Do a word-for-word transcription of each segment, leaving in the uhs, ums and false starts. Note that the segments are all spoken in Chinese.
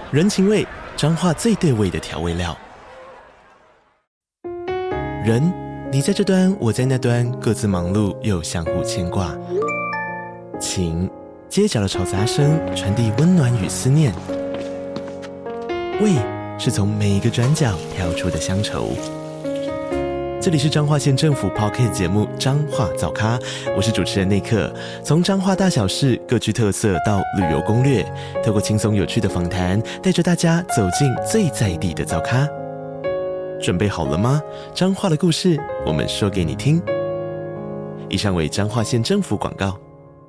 人情味，彰化最对味的调味料。人，你在这端，我在那端，各自忙碌又相互牵挂。情，街角的吵杂声传递温暖与思念。味，是从每一个转角跳出的乡愁。这里是彰化县政府 Podcast 节目《彰化早咖》，我是主持人内克。从彰化大小事各具特色到旅游攻略，透过轻松有趣的访谈，带着大家走进最在地的早咖。准备好了吗？彰化的故事，我们说给你听。以上为彰化县政府广告。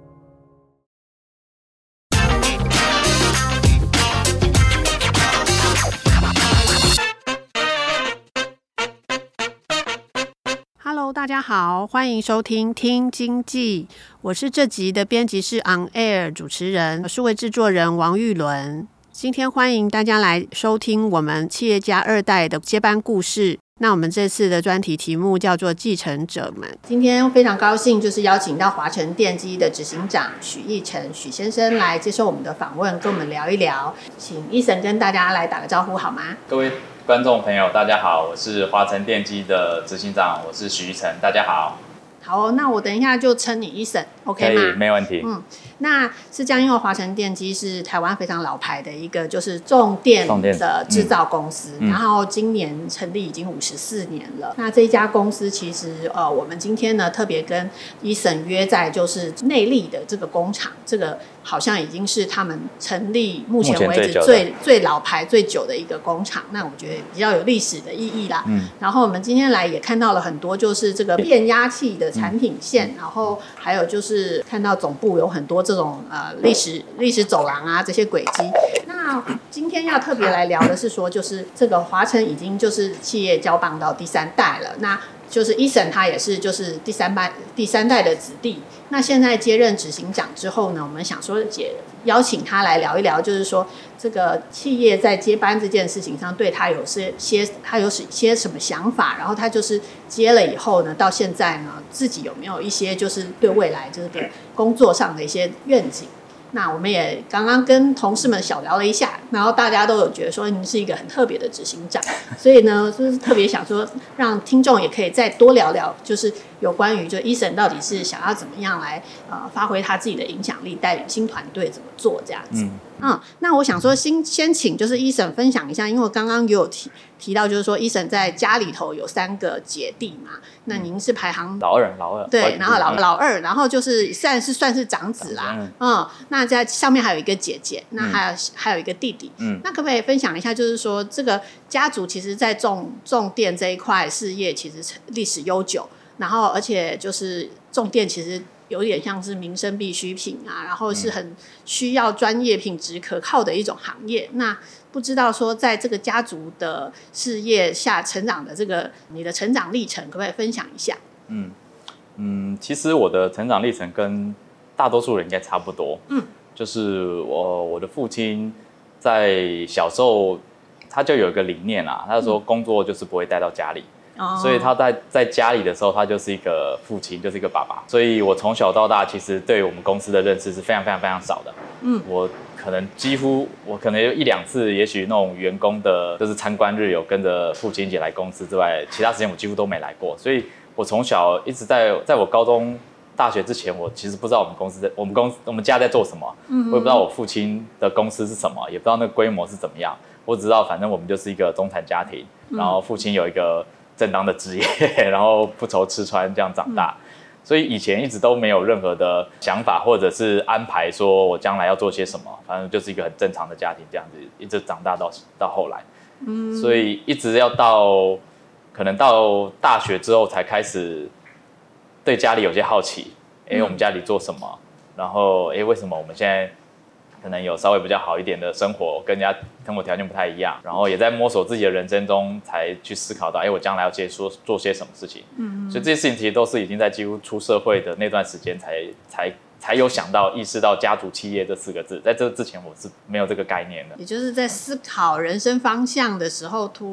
Hello， 大家好，欢迎收听听经济，我是这集的编辑室 On Air 主持人，数位制作人王玉伦。今天欢迎大家来收听我们企业家二代的接班故事。那我们这次的专题题目叫做继承者们。今天非常高兴，就是邀请到华城电机的执行长许奕成许先生来接受我们的访问，跟我们聊一聊。请奕成跟大家来打个招呼好吗？ 各位观众朋友大家好，我是华城电机的执行长，我是许奕成，大家好。 好，那我等一下就称你奕成 OK 吗？ 可以，没问题。 嗯，那是这样，因为华城电机是台湾非常老牌的一个就是重电的制造公司，嗯、然后今年成立已经五十四年了。那这一家公司其实呃，我们今天呢特别跟奕成约在就是内坜的这个工厂，这个好像已经是他们成立目前为止 最最, 最老牌最久的一个工厂。那我觉得比较有历史的意义啦。嗯，然后我们今天来也看到了很多就是这个变压器的产品线，嗯、然后还有就是看到总部有很多这种呃历史历史走廊啊这些轨迹。那今天要特别来聊的是说，就是这个华城已经就是企业交棒到第三代了。那就是奕成他也是就是第三代第三代的子弟。那现在接任执行长之后呢，我们想说也邀请他来聊一聊，就是说这个企业在接班这件事情上对他有些他有些什么想法，然后他就是接了以后呢，到现在呢自己有没有一些就是对未来这个工作上的一些愿景。那我们也刚刚跟同事们小聊了一下，然后大家都有觉得说您是一个很特别的执行长，所以呢就是特别想说让听众也可以再多聊聊，就是有关于就奕成到底是想要怎么样来呃发挥他自己的影响力，带领新团队怎么做这样子。嗯嗯，那我想说先先请就是奕成分享一下，因为我刚刚有提提到就是说奕成在家里头有三个姐弟嘛，那您是排行老二老二对，然后老老二，然后就是算是算是长子啦。嗯, 嗯，那在上面还有一个姐姐，那还有、嗯、还有一个弟弟。嗯，那可不可以分享一下，就是说这个家族其实在重重电这一块事业其实历史悠久，然后而且就是重电其实有点像是民生必需品啊，然后是很需要专业品质可靠的一种行业。那不知道说在这个家族的事业下成长的这个你的成长历程，可不可以分享一下？ 嗯嗯，其实我的成长历程跟大多数人应该差不多。嗯，就是我我的父亲在小时候他就有一个理念啊，他说工作就是不会带到家里。嗯，所以他在在家里的时候，他就是一个父亲，就是一个爸爸。所以我从小到大，其实对我们公司的认识是非常非常非常少的。嗯，我可能几乎，我可能有一两次，也许那种员工的，就是参观日有跟着父亲一起来公司之外，其他时间我几乎都没来过。所以我从小一直在，在我高中、大学之前，我其实不知道我们公司在，我们公我们家在做什么，嗯，我也不知道我父亲的公司是什么，也不知道那个规模是怎么样。我只知道，反正我们就是一个中产家庭，然后父亲有一个正当的职业，然后不愁吃穿这样长大，嗯，所以以前一直都没有任何的想法或者是安排，说我将来要做些什么，反正就是一个很正常的家庭这样子，一直长大到到后来，嗯，所以一直要到可能到大学之后才开始对家里有些好奇，哎，欸，我们家里做什么，然后哎，欸，为什么我们现在可能有稍微比较好一点的生活，跟人家生活条件不太一样，然后也在摸索自己的人生中，才去思考到，哎，我将来要接触做些什么事情。嗯，所以这些事情其实都是已经在几乎出社会的那段时间才才才有想到意识到家族企业这四个字，在这之前我是没有这个概念的。 也就是在思考人生方向的时候，突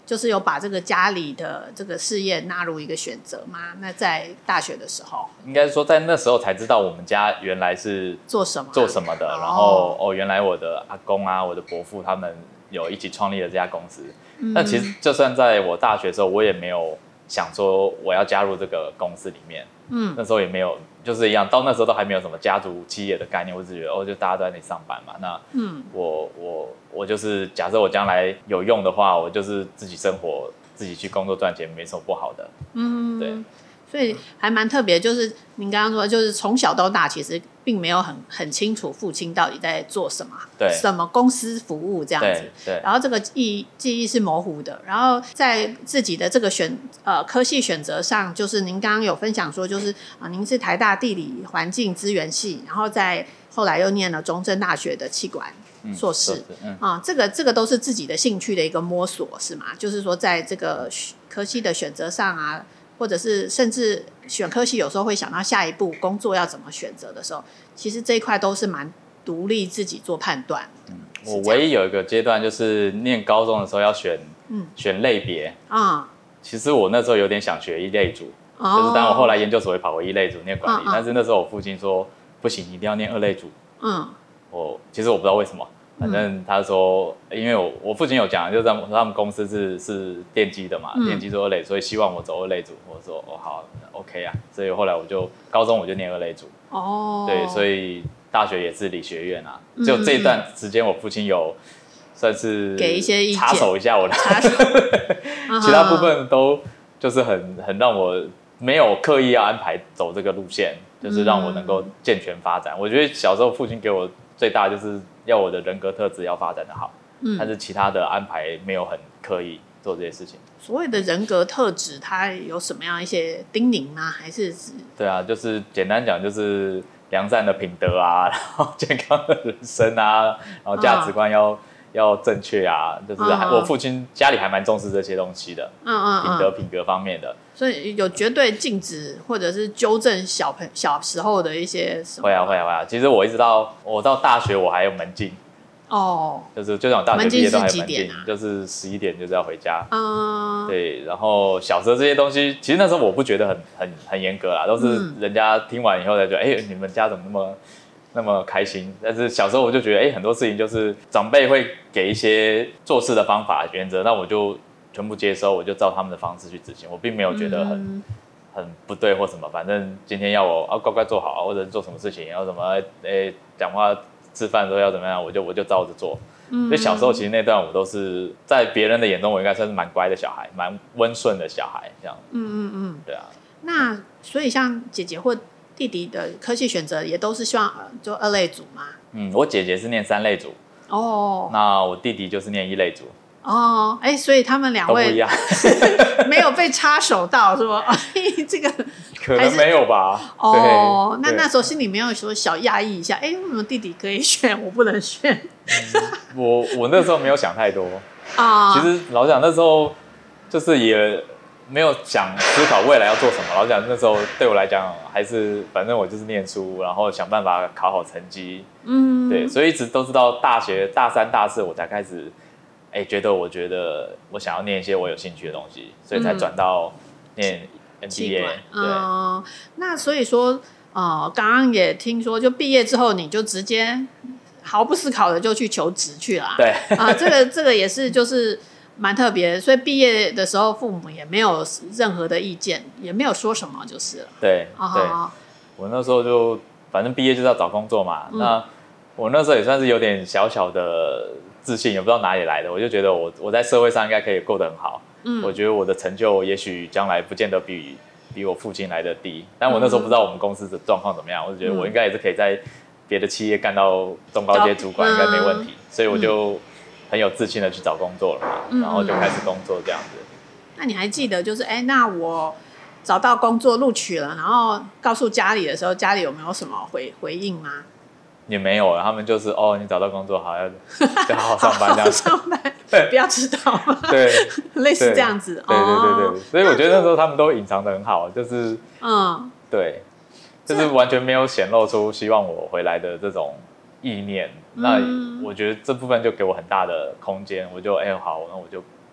就是有把这个家里的这个事业纳入一个选择吗？那在大学的时候， 应该说在那时候才知道我们家原来是做什么做什么的， 哦、 然后哦，原来我的阿公啊，我的伯父他们有一起创立了这家公司。嗯、但其实就算在我大学的时候，我也没有想说我要加入这个公司里面。嗯，那时候也没有，就是一样，到那时候都还没有什么家族企业的概念，我只觉得哦，就大家都在那里上班嘛。那嗯，我我我就是假设我将来有用的话，我就是自己生活，自己去工作赚钱，没什么不好的。嗯，对。 所以还蛮特别，就是您刚刚说，就是从小到大，其实并没有很很清楚父亲到底在做什么， 对， 什么公司服务这样子， 对，对， 然后这个记记忆是模糊的，然后在自己的这个选呃科系选择上，就是您刚刚有分享说，就是啊、呃，您是台大地理环境资源系，然后在后来又念了中正大学的企管硕士，啊、嗯嗯呃，这个这个都是自己的兴趣的一个摸索，是吗？就是说，在这个科系的选择上啊。或者是甚至选科系有时候会想到下一步工作要怎么选择的时候，其实这一块都是蛮独立自己做判断。 嗯，我唯一有一个阶段就是念高中的时候要选，嗯、选类别啊、嗯。其实我那时候有点想学一类组，哦、就是当我后来研究所会跑回一类组念管理，嗯嗯、但是那时候我父亲说不行，一定要念二类组。嗯，我其实我不知道为什么。反正他说，因为我我父亲有讲，就是他们他们公司是是电机的嘛，嗯、电机做二类，所以希望我走二类组。我说哦好 ，OK 啊，所以后来我就高中我就念二类组。哦，对，所以大学也是理学院啊。嗯、就这一段时间，我父亲有算是给一些意见， 插手一下我的，其他部分都就是很很让我没有刻意要安排走这个路线，就是让我能够健全发展。嗯、我觉得小时候父亲给我最大就是要我的人格特质要发展的好，嗯，但是其他的安排没有很刻意做这些事情。 所谓的人格特质，它有什么样一些叮咛吗？还是指？ 对啊，就是简单讲，就是良善的品德啊，然后健康的人生啊，然后价值观要、嗯、要正确啊，就是我父亲家里还蛮重视这些东西的，嗯嗯，品德品格方面的。 所以有绝对禁止或者是纠正小朋小时候的一些什么？ 会啊会啊会啊！其实我一直到我到大学我还有门禁哦，就是就算我大学毕业都还有门禁，啊、就是十一点就是要回家。嗯，对。然后小时候这些东西，其实那时候我不觉得很很很严格啦，都是人家听完以后才觉得，哎、嗯欸，你们家怎么那么那么开心？但是小时候我就觉得，哎、欸，很多事情就是长辈会给一些做事的方法原则，那我就全部接收，我就照他们的方式去执行，我并没有觉得很、嗯、很不对或什么，反正今天要我要乖乖做好，或者做什么事情，要怎么诶讲话吃饭的时候要怎么样，我就我就照着做。嗯、所以小时候其实那段我都是在别人的眼中，我应该算是蛮乖的小孩，蛮温顺的小孩这样。嗯嗯嗯，对啊。 那所以像姐姐或弟弟的科系选择也都是希望就二类组吗？ 嗯，我姐姐是念三类组哦，那我弟弟就是念一类组。 哦，哎，所以他们两位都不一样没有被插手到，是吧？这个可能没有吧。 哦，那那时候心里没有说小讶异一下，哎，为什么弟弟可以选，我不能选？ 嗯、我我那时候没有想太多啊。其实老实讲，那时候就是也没有想思考未来要做什么。老实讲，那时候对我来讲，还是反正我就是念书，然后想办法考好成绩。嗯，对，所以一直都是到大学大三、大四我才开始。哎，觉得我觉得我想要念一些我有兴趣的东西，所以才转到念 M B A。 嗯、对、呃，那所以说，呃，刚刚也听说，就毕业之后你就直接毫不思考的就去求职去了。 对， 啊、呃，这个这个也是就是蛮特别的，所以毕业的时候父母也没有任何的意见，也没有说什么就是了。 对，哦、对，我那时候就反正毕业就是要找工作嘛，嗯、那我那时候也算是有点小小的。自信也不知道哪里来的，我就觉得我我在社会上应该可以过得很好。嗯，我觉得我的成就也许将来不见得比比我父亲来的低，但我那时候不知道我们公司的状况怎么样，我就觉得我应该也是可以在别的企业干到中高阶主管，应该没问题。所以我就很有自信的去找工作了嘛，嗯、然后就开始工作这样子。 那你还记得就是哎，那我找到工作录取了，然后告诉家里的时候，家里有没有什么回回应吗？ 也没有，他们就是哦，你找到工作好，要要好好上班这样子， 好好上班，对，不要迟到， 对， 类似这样子， 对对对对，所以我觉得那时候他们都隐藏得很好，就是嗯，对，就是完全没有显露出希望我回来的这种意念，那我觉得这部分就给我很大的空间，我就哎好，那我就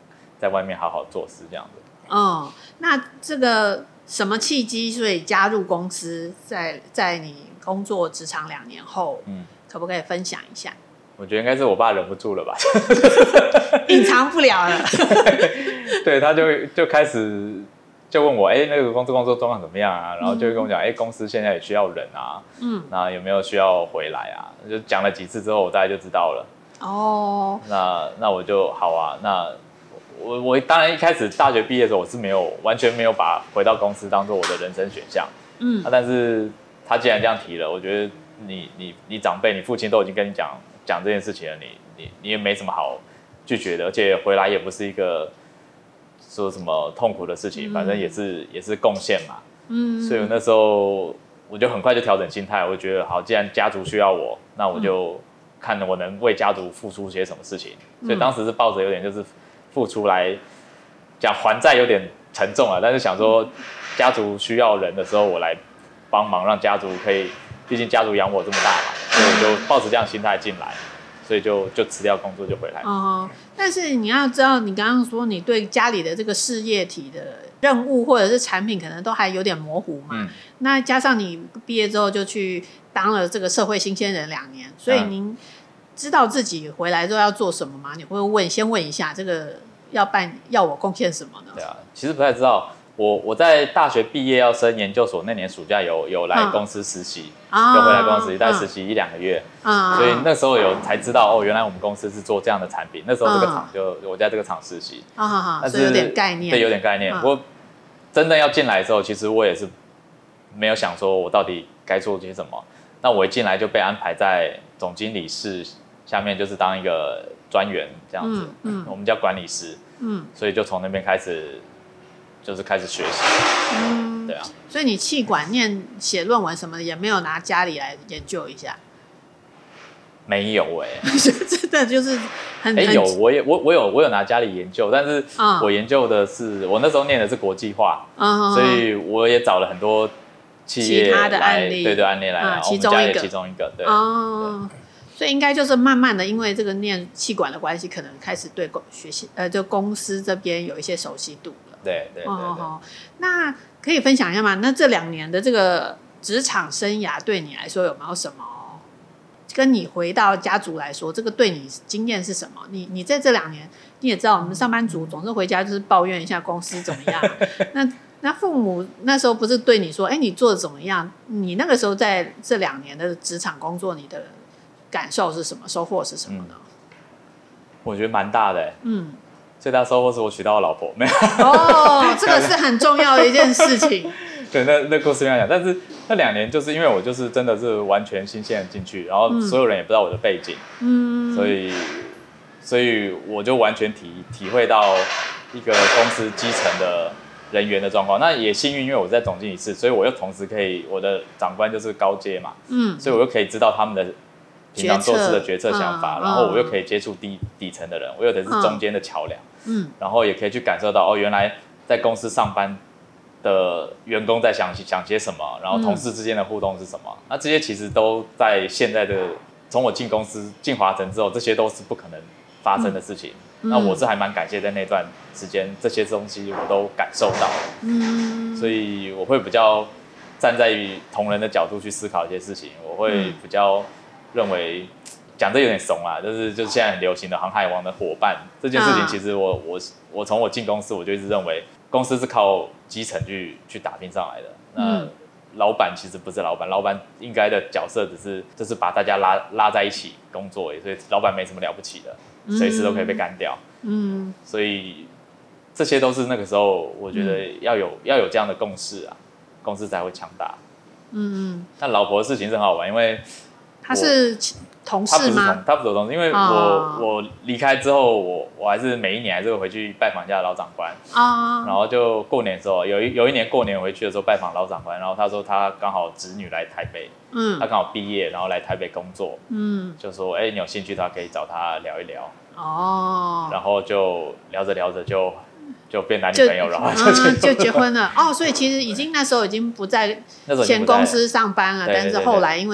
在外面好好做事这样子。 嗯，那这个什么契机，所以加入公司，在在你工作职场两年后，嗯，可不可以分享一下？ 我觉得应该是我爸忍不住了吧， 隐藏不了了。 对，他就就开始就问我，哎、欸，那个公司工作状况怎么样啊？然后就跟我讲，哎、欸，公司现在也需要人啊，嗯，那有没有需要回来啊？就讲了几次之后，我大概就知道了。哦，那那我就好啊。那我我当然一开始大学毕业的时候，我是没有完全没有把回到公司当做我的人生选项，嗯，啊、但是他既然这样提了，我觉得你你你长辈，你父亲都已经跟你讲。讲这件事情了，你你你也没什么好拒绝的，而且回来也不是一个说什么痛苦的事情，嗯、反正也是也是贡献嘛。嗯，所以我那时候我就很快就调整心态，我就觉得好，既然家族需要我，那我就看我能为家族付出些什么事情。嗯、所以当时是抱着有点就是付出来讲还债有点沉重啊，但是想说家族需要人的时候，我来帮忙，让家族可以。毕竟家族养我这么大嘛，所以我就抱着这样心态进来，所以就就辞掉工作就回来。 哦，但是你要知道，你刚刚说你对家里的这个事业体的任务或者是产品，可能都还有点模糊嘛。嗯、那加上你毕业之后就去当了这个社会新鲜人两年，所以您知道自己回来之后要做什么吗？你会问先问一下，这个要办要我贡献什么呢？ 对啊，其实不太知道。我我在大学毕业要升研究所那年暑假有有来公司实习，嗯、就回来公司实习，大概实习一两个月，嗯、所以那时候有才知道哦，原来我们公司是做这样的产品。那时候这个厂就、嗯、我在这个厂实习， 啊哈哈，所以有点概念， 对，有点概念。不过、嗯、真的要进来的时候，其实我也是没有想说我到底该做些什么。那我一进来就被安排在总经理室下面，就是当一个专员这样子，嗯嗯、我们叫管理师，嗯，所以就从那边开始。就是开始学习，嗯，对啊， 所以你企管念写论文什么的，也没有拿家里来研究一下？ 没有哎、欸， 真的就是很哎、欸、有，我也我我有我有拿家里研究，但是我研究的是、嗯、我那时候念的是国际化，嗯、所以我也找了很多企业其他的案例， 对对案例来，嗯、 其中一个， 我们家也其中一个，对， 哦，对，所以应该就是慢慢的，因为这个念企管的关系，可能开始对公学习呃，就公司这边有一些熟悉度了。 对对对对， 哦，那可以分享一下吗？那这两年的这个职场生涯对你来说有没有什么？跟你回到家族来说，这个对你经验是什么？你你在这两年，你也知道，我们上班族总是回家就是抱怨一下公司怎么样。那那父母那时候不是对你说，哎，你做的怎么样？你那个时候在这两年的职场工作，你的感受是什么？收获是什么呢？嗯、 我觉得蛮大的、欸，嗯。最大收获是我娶到我老婆，没有哦，这个是很重要的一件事情。 对，那那故事要讲，但是那两年就是因为我就是真的是完全新鲜的进去，然后所有人也不知道我的背景，嗯，所以所以我就完全体体会到一个公司基层的人员的状况。那也幸运，因为我在总经理室，所以我又同时可以，我的长官就是高阶嘛，嗯，所以我又可以知道他们的平常做事的决策想法，嗯、然后我又可以接触底底层的人，我有的是中间的桥梁。嗯，然后也可以去感受到哦，原来在公司上班的员工在想想些什么，然后同事之间的互动是什么。嗯、那这些其实都在现在的从我进公司进华城之后，这些都是不可能发生的事情。嗯、那我是还蛮感谢在那段时间这些东西我都感受到了。嗯，所以我会比较站在同仁的角度去思考一些事情，我会比较认为。讲这有点怂啦，就是就是现在很流行的航海王的伙伴这件事情，其实我我我从我进公司我就一直认为公司是靠基层去去打拼上来的。那老板其实不是老板，老板应该的角色只是就是把大家拉拉在一起工作而已，所以老板没什么了不起的，随时都可以被干掉。嗯，所以这些都是那个时候我觉得要有要有这样的共识啊，公司才会强大。嗯嗯。但老婆的事情是很好玩，因为他是。同事吗？ 他不是我同事，因为我、哦、我离开之后，我我还是每一年还是会回去拜访一下老长官啊。哦、然后就过年的时候，有一有一年过年回去的时候拜访老长官，然后他说他刚好侄女来台北，嗯，他刚好毕业，然后来台北工作，嗯，就说哎、欸、你有兴趣，他可以找他聊一聊哦。然后就聊着聊着就就变男女朋友，然后就、 嗯、就结婚了哦。所以其实已经那时候已经不在前公司上班了，但是后来因为。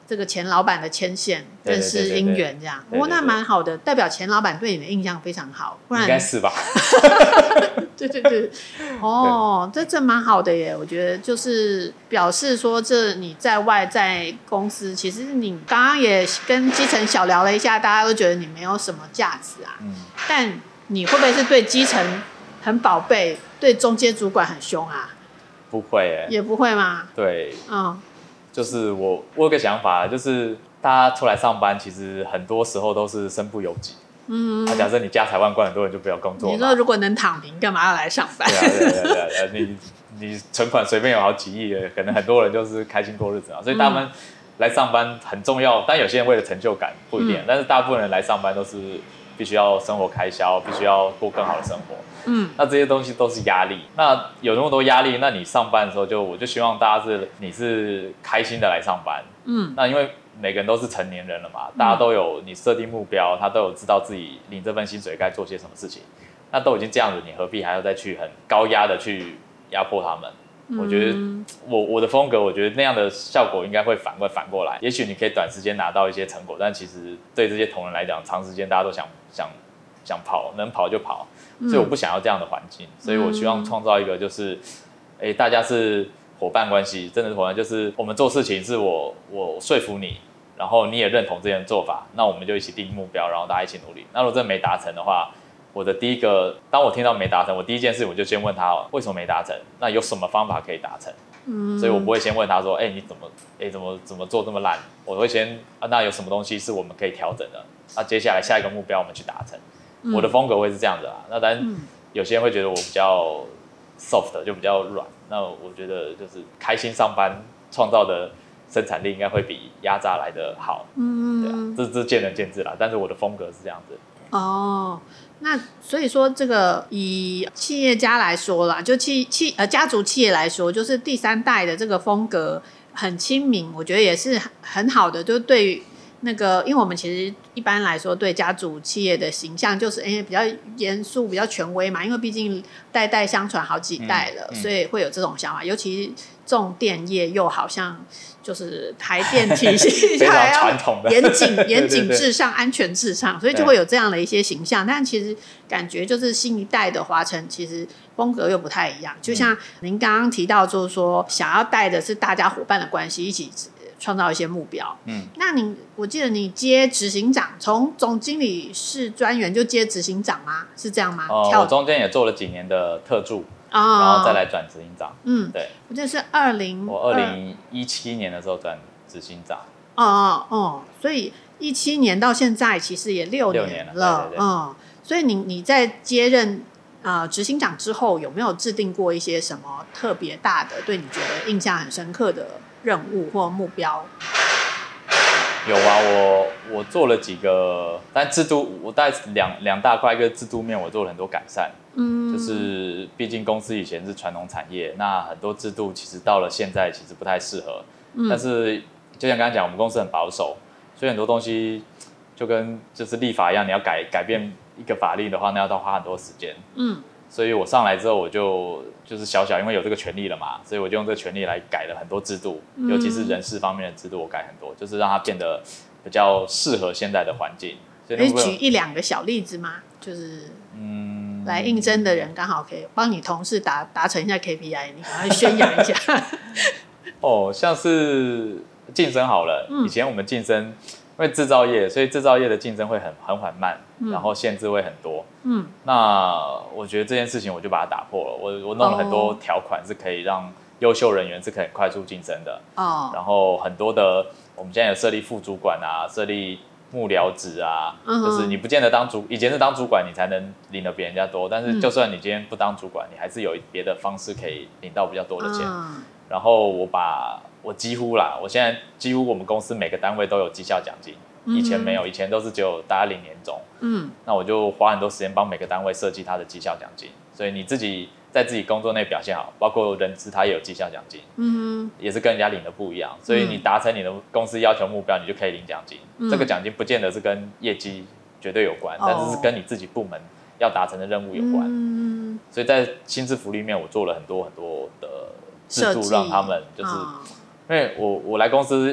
这个前老板的牵线，认识姻缘这样。不过那蛮好的，代表前老板对你的印象非常好，不然应该是吧？ 对对对，哦，这这蛮好的耶，我觉得就是表示说，这你在外在公司，其实你刚刚也跟基层小聊了一下，大家都觉得你没有什么价值啊。嗯。但你会不会是对基层很宝贝，对中阶主管很凶啊？ 不会耶。也不会吗？ 对。嗯。就是我我有个想法，就是大家出来上班，其实很多时候都是身不由己。嗯，啊，假设你家财万贯，很多人就不要工作。 你说如果能躺平，干嘛要来上班？ 对啊，对啊，对啊，对啊，你你存款随便有好几亿，可能很多人就是开心过日子啊。所以他们来上班很重要，但有些人为了成就感不一定，嗯、但是大部分人来上班都是必须要生活开销，必须要过更好的生活。嗯，那这些东西都是压力。那有那么多压力，那你上班的时候就我就希望大家是你是开心的来上班。嗯，那因为每个人都是成年人了嘛，大家都有你设定目标，他都有知道自己领这份薪水该做些什么事情。那都已经这样子，你何必还要再去很高压的去压迫他们？嗯、我觉得我我的风格，我觉得那样的效果应该会反过反过来。也许你可以短时间拿到一些成果，但其实对这些同仁来讲，长时间大家都想想想跑，能跑就跑。所以我不想要这样的环境，所以我希望创造一个就是，哎，大家是伙伴关系，真的是伙伴，就是我们做事情是我我说服你，然后你也认同这样的做法，那我们就一起定目标，然后大家一起努力。那如果真的没达成的话，我的第一个，当我听到没达成，我第一件事我就先问他为什么没达成，那有什么方法可以达成？嗯，所以我不会先问他说，哎，你怎么，哎，怎么怎么做这么烂？我会先啊，那有什么东西是我们可以调整的？那接下来下一个目标我们去达成。我的风格会是这样子啦，那当然有些人会觉得我比较 soft， 就比较软。那我觉得就是开心上班创造的生产力应该会比压榨来的好。嗯，对啊，这这见仁见智啦。但是我的风格是这样子。 哦，那所以说这个以企业家来说啦，就企企呃家族企业来说，就是第三代的这个风格很亲民，我觉得也是很好的，就对于。那个，因为我们其实一般来说对家族企业的形象就是，哎，比较严肃、比较权威嘛。因为毕竟代代相传好几代了，嗯嗯、所以会有这种想法。尤其重电业又好像就是台电体系， 非常传统的， 严谨、严谨至上、安全至上，所以就会有这样的一些形象。但其实感觉就是新一代的华城，其实风格又不太一样。就像您刚刚提到，就是说想要带的是大家伙伴的关系，一起创造一些目标。嗯，那你我记得你接执行长，从总经理室专员就接执行长吗？是这样吗？ 哦、呃，我中间也做了几年的特助，哦、然后再来转执行长。嗯，对， 我记得是二零， 我二零一七年的时候转执行长。 哦哦哦，所以一七年到现在其实也六年了。 六年了，对对对。 嗯，所以你你在接任呃执行长之后，有没有制定过一些什么特别大的，对你觉得印象很深刻的任务或目标？ 有啊，我我做了几个，但制度我大概两两大块，一个制度面我做了很多改善。嗯，就是毕竟公司以前是传统产业，那很多制度其实到了现在其实不太适合。嗯，但是就像刚刚讲，我们公司很保守，所以很多东西就跟就是立法一样，你要改改变一个法律的话，那要花很多时间。嗯。所以我上来之后，我就就是小小，因为有这个权利了嘛，所以我就用这个权利来改了很多制度，嗯、尤其是人事方面的制度，我改很多，就是让它变得比较适合现在的环境。 可以举一两个小例子吗？就是嗯，来应征的人刚好可以帮你同事达达成一下 K P I， 你赶快宣扬一下。 哦，像是晋升好了，嗯、以前我们晋升。因为制造业，所以制造业的竞争会很很缓慢，嗯、然后限制会很多。嗯，那我觉得这件事情我就把它打破了。我我弄了很多条款，是可以让优秀人员是可以快速晋升的。哦，然后很多的，我们现在有设立副主管啊，设立幕僚职啊，嗯、就是你不见得当主，以前是当主管你才能领得比人家多，但是就算你今天不当主管，你还是有别的方式可以领到比较多的钱。嗯、然后我把。我几乎啦，我现在几乎我们公司每个单位都有绩效奖金，以前没有，以前都是只有大家领年终。嗯，那我就花很多时间帮每个单位设计他的绩效奖金，所以你自己在自己工作内表现好，包括人资他也有绩效奖金，嗯，也是跟人家领的不一样，所以你达成你的公司要求目标，你就可以领奖金。嗯、这个奖金不见得是跟业绩绝对有关，但是是跟你自己部门要达成的任务有关。嗯，所以在薪资福利面，我做了很多很多的制度，让他们就是。因为我我来公司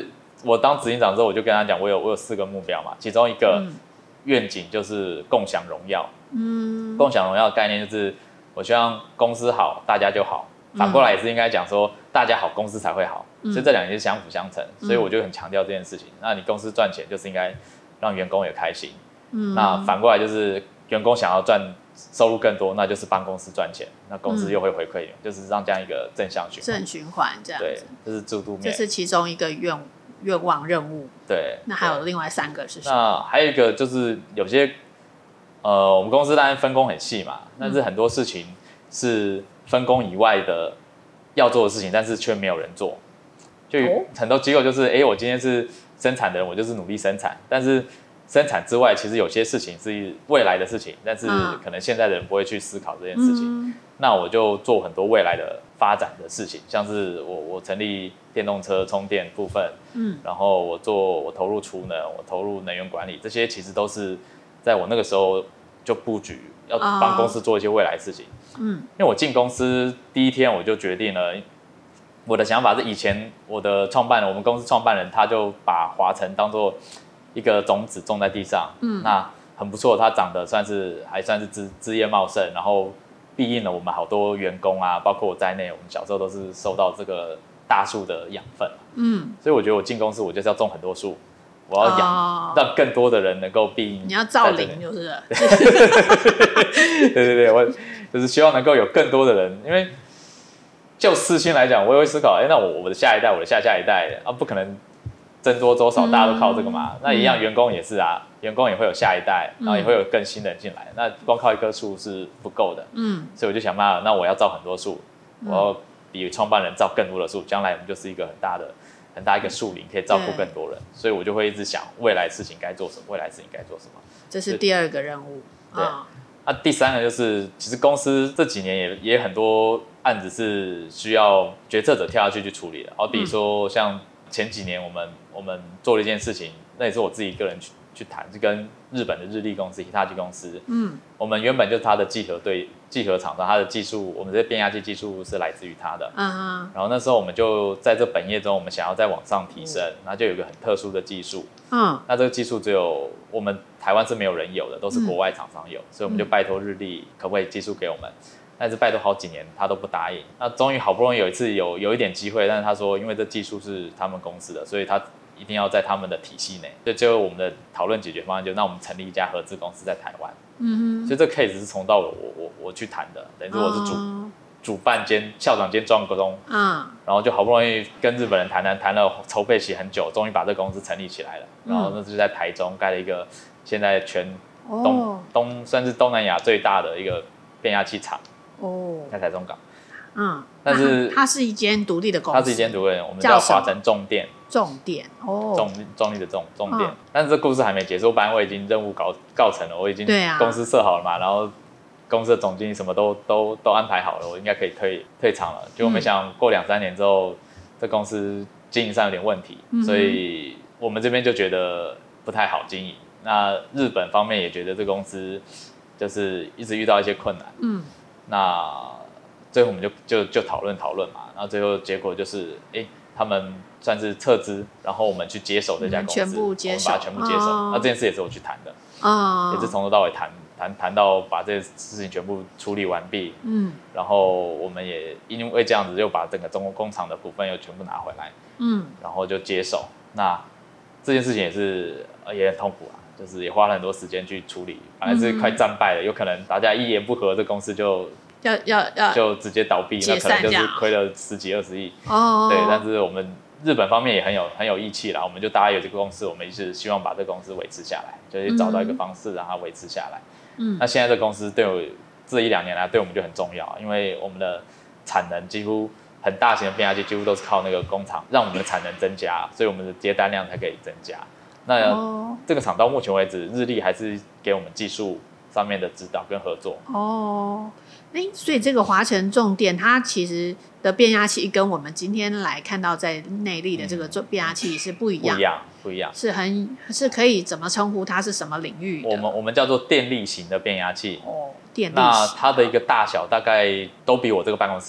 我当执行长之后，我就跟他讲，我有我有四个目标嘛，其中一个愿景就是共享荣耀。嗯，共享荣耀的概念就是我希望公司好，大家就好。反过来也是应该讲说，大家好，公司才会好。所以这两件事相辅相成，所以我就很强调这件事情。那你公司赚钱，就是应该让员工也开心。嗯，那反过来就是员工想要赚收入更多，那就是帮公司赚钱，那公司又会回馈，嗯、就是让这样一个正向循环。 正循环这样子。 对，这是制度面。 这是其中一个愿愿望任务。 对。 那还有另外三个是什么？ 那还有一个就是有些呃，我们公司当然分工很细嘛，但是很多事情是分工以外的要做的事情，但是却没有人做。就很多机构就是，哎、欸，我今天是生产的人，我就是努力生产，但是生产之外，其实有些事情是未来的事情，但是可能现在的人不会去思考这件事情。嗯、那我就做很多未来的发展的事情，像是我我成立电动车充电部分，嗯，然后我做我投入储能，我投入能源管理，这些其实都是在我那个时候就布局，要帮公司做一些未来的事情。嗯，因为我进公司第一天我就决定了。我的想法是，以前我的创办人，我们公司创办人，他就把华城当作一个种子种在地上，嗯，那很不错，它长得算是还算是枝枝叶茂盛，然后庇荫了我们好多员工啊，包括我在内，我们小时候都是受到这个大树的养分，嗯，所以我觉得我进公司，我就是要种很多树，我要养，哦、让更多的人能够庇荫。 你要造林就是， 对对对，我就是希望能够有更多的人，因为。就私心来讲，我也会思考，哎，那我我的下一代，我的下下一代啊，不可能僧多粥少，大家都靠这个嘛。嗯、那一样，员工也是啊，员工也会有下一代，然后也会有更新的人进来。嗯、那光靠一棵树是不够的，嗯，所以我就想办法，那我要造很多树，嗯、我要比创办人造更多的树，将来我们就是一个很大的、很大一个树林，可以照顾更多人。所以我就会一直想，未来事情该做什么，未来事情该做什么。 这是第二个任务。 对。哦那、啊、第三个就是，其实公司这几年也也很多案子是需要决策者跳下去去处理的。好比说，像前几年我们我们做了一件事情，那也是我自己个人去去谈，是跟日本的日立公司、Hitachi 公司。嗯，我们原本就是它的集合对集合厂商，它的技术，我们这些变压器技术是来自于它的。嗯，然后那时候我们就在这本业中，我们想要再往上提升，然后就有一个很特殊的技术。嗯，那这个技术只有我们台湾是没有人有的，都是国外厂商有，嗯、所以我们就拜托日立可不可以技术给我们，但是拜托好几年他都不答应。那终于好不容易有一次有有一点机会，但是他说因为这技术是他们公司的，所以他一定要在他们的体系内。所以最后我们的讨论解决方案就，那我们成立一家合资公司在台湾。嗯哼，所以这个 case 是从到我我我去谈的，等于是我是主。哦主办兼校长兼庄股东，嗯，然后就好不容易跟日本人谈谈谈了，筹备期很久，终于把这公司成立起来了。然后那是在台中盖了一个现在全东、哦、东算是东南亚最大的一个变压器厂哦，在台中港。嗯，但是它是一间独立的公司， 它是一间独立的，我们叫华城重电。 重电哦， 重重力的重重电，哦、但是这故事还没结束，本来我已经任务告告成了，我已经公司设好了嘛，然后。公司的总经理什么都都都安排好了，我应该可以退退场了。结果没想过两三年之后，这公司经营上有点问题，嗯、所以我们这边就觉得不太好经营。那日本方面也觉得这公司就是一直遇到一些困难。嗯，那最后我们就就就讨论讨论嘛，然后最后结果就是，哎，他们算是撤资，然后我们去接手这家公司， 全部接手， 我们把它全部接手。哦、那这件事也是我去谈的，哦、也是从头到尾谈。谈谈到把这些事情全部处理完毕，嗯，然后我们也因为这样子又把整个中国工厂的股份又全部拿回来，嗯，然后就接手。那这件事情也是也很痛苦啊，就是也花了很多时间去处理，本来是快战败了，有可能大家一言不合，这公司就要要要就直接倒闭，那可能就是亏了十几二十亿哦。对，但是我们日本方面也很有很有义气啦，我们就大家有这个公司，我们一直希望把这个公司维持下来，就是找到一个方式让它维持下来。嗯，那现在这公司对我这一两年来对我们就很重要，因为我们的产能几乎很大型的变压器几乎都是靠那个工厂让我们的产能增加，所以我们的接单量才可以增加。那、哦、这个厂到目前为止，日立还是给我们技术上面的指导跟合作。 哦，哎，所以这个华城重电它其实的变压器跟我们今天来看到在内力的这个变压器是不一样， 不一样。不一样， 是很是可以怎么称呼它是什么领域的？ 我们我们叫做电力型的变压器。 哦，电力型。 那它的一个大小大概都比我这个办公室大。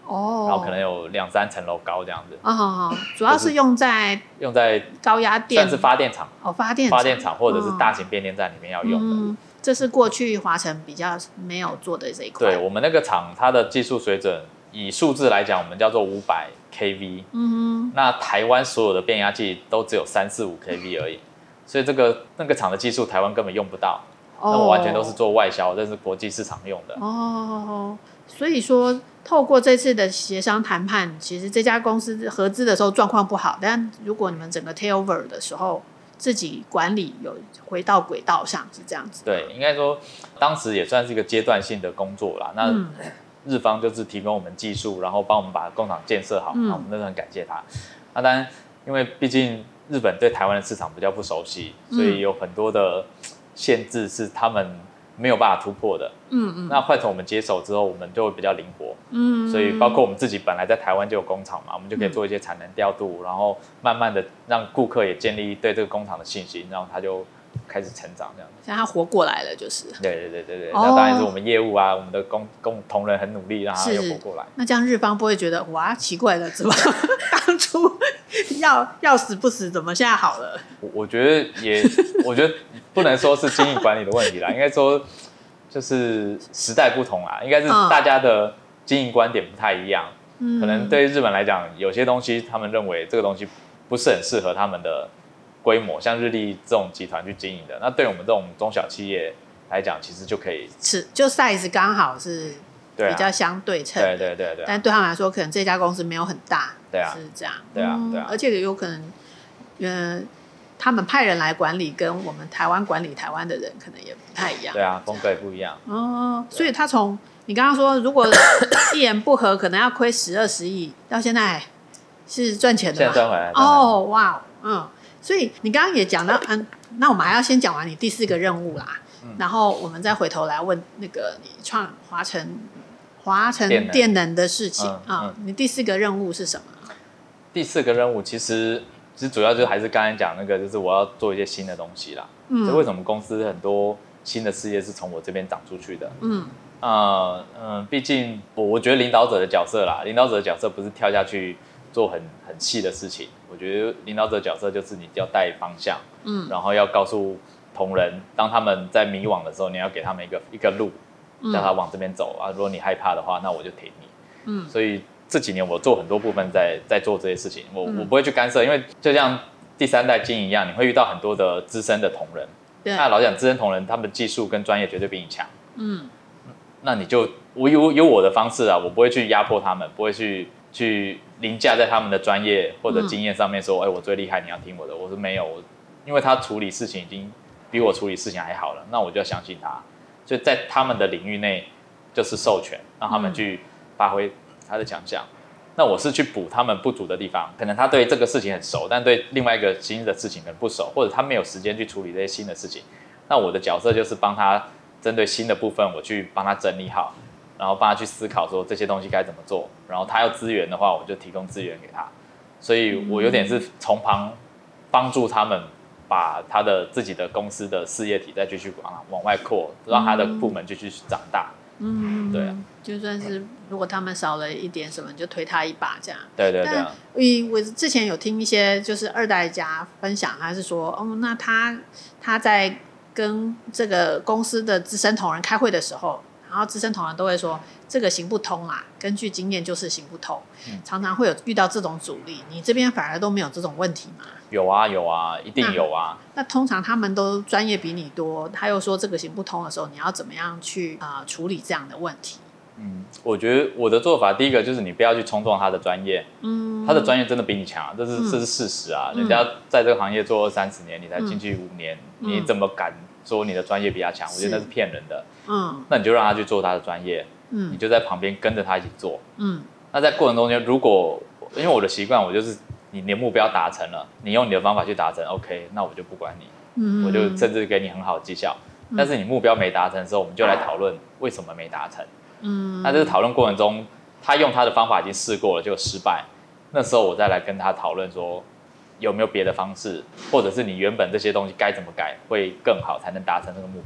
哦， 然后可能有两三层楼高这样子。 哦，好好，主要是用在用在高压电， 算是发电厂哦，发电厂发电厂或者是大型变电站里面要用的。 嗯，这是过去华城比较没有做的这一块。 对，我们那个厂它的技术水准，以数字来讲，我们叫做五百 k v。嗯，那台湾所有的变压器都只有三四五 k v 而已，所以这个那个厂的技术台湾根本用不到。哦，那我完全都是做外销，这是国际市场用的。 哦，所以说透过这次的协商谈判，其实这家公司合资的时候状况不好，但如果你们整个 take over 的时候，自己管理有回到轨道上，是这样子。 对，应该说当时也算是一个阶段性的工作啦。那、嗯、日方就是提供我们技术，然后帮我们把工厂建设好，嗯、那我们真的很感谢他。那当然，因为毕竟日本对台湾的市场比较不熟悉，所以有很多的限制是他们没有办法突破的。嗯嗯。那快从我们接手之后，我们就会比较灵活。嗯。所以包括我们自己本来在台湾就有工厂嘛，我们就可以做一些产能调度，嗯、然后慢慢的让顾客也建立对这个工厂的信心，然后他就开始成长这样子。 像他活过来了，就是。 对对对对对。哦、那当然是我们业务啊，我们的工工同仁很努力，让他又活过来。 那这样日方不会觉得哇奇怪了，怎么当初要要死不死，怎么现在好了？ 我我觉得也，我觉得不能说是经营管理的问题啦，应该说就是时代不同啦，应该是大家的经营观点不太一样。嗯、可能对日本来讲，有些东西他们认为这个东西不是很适合他们的规模，像日立这种集团去经营的。那对我们这种中小企业来讲，其实就可以是就 size 刚好是比较相对称的， 对对对对。 但对他们来说，可能这家公司没有很大， 对啊， 是这样， 对啊对啊。 而且有可能，呃，他们派人来管理，跟我们台湾管理台湾的人可能也不太一样。 对啊，风格也不一样。 哦，所以他从你刚刚说，如果一言不合可能要亏十二十亿，到现在是赚钱的嘛？ 现在赚回来。 哦，哇，嗯。所以你刚刚也讲到，嗯，那我们还要先讲完你第四个任务啦，嗯、然后我们再回头来问那个你创华城华城电能的事情啊、嗯嗯。你第四个任务是什么？ 第四个任务其实其实主要就还是刚才讲那个，就是我要做一些新的东西啦。嗯，所以为什么公司很多新的事业是从我这边长出去的？嗯，呃嗯，毕竟我我觉得领导者的角色啦，领导者的角色不是跳下去做很很细的事情。我觉得领导者的角色就是你要带方向，嗯，然后要告诉同仁，当他们在迷惘的时候，你要给他们一个一个路，叫他往这边走啊。如果你害怕的话，那我就挺你。嗯，所以这几年我做很多部分在在做这些事情，我、嗯、我不会去干涉，因为就像第三代经营一样，你会遇到很多的资深的同仁。对，那老讲资深同仁，他们技术跟专业绝对比你强。嗯，那你就我有有我的方式啊，我不会去压迫他们，不会去。去凌驾在他们的专业或者经验上面说，哎、嗯欸，我最厉害，你要听我的。我说没有，因为他处理事情已经比我处理事情还好了，那我就要相信他。所以在他们的领域内，就是授权，让他们去发挥他的强项。嗯、那我是去补他们不足的地方，可能他对这个事情很熟，但对另外一个新的事情可能不熟，或者他没有时间去处理这些新的事情。那我的角色就是帮他针对新的部分，我去帮他整理好。然后帮他去思考说这些东西该怎么做，然后他要资源的话，我就提供资源给他，所以我有点是从旁帮助他们把他的自己的公司的事业体再继续往往外扩，让他的部门继续长大。嗯，对啊， 就算是如果他们少了一点什么，你就推他一把这样。 对对对、啊。 我之前有听一些就是二代家分享，他是说，哦，那他他在跟这个公司的资深同仁开会的时候。然后资深同仁都会说这个行不通啦，根据经验就是行不通，嗯、常常会有遇到这种阻力。你这边反而都没有这种问题吗？ 有啊有啊，一定有啊。 那, 那通常他们都专业比你多，他又说这个行不通的时候，你要怎么样去、呃、处理这样的问题？ 嗯，我觉得我的做法，第一个就是你不要去冲撞他的专业，嗯，他的专业真的比你强，这是、嗯、这是事实啊。人家在这个行业做二三十年，你才进去五年，嗯、你怎么敢说你的专业比他强？我觉得那是骗人的。嗯，那你就让他去做他的专业，嗯，你就在旁边跟着他一起做，嗯。那在过程中间，如果因为我的习惯，我就是你的目标达成了，你用你的方法去达成 ，OK， 那我就不管你，嗯，我就甚至给你很好的绩效。嗯、但是你目标没达成的时候，我们就来讨论为什么没达成。嗯，那这个讨论过程中，他用他的方法已经试过了，结果失败，那时候我再来跟他讨论说有没有别的方式，或者是你原本这些东西该怎么改会更好，才能达成这个目标。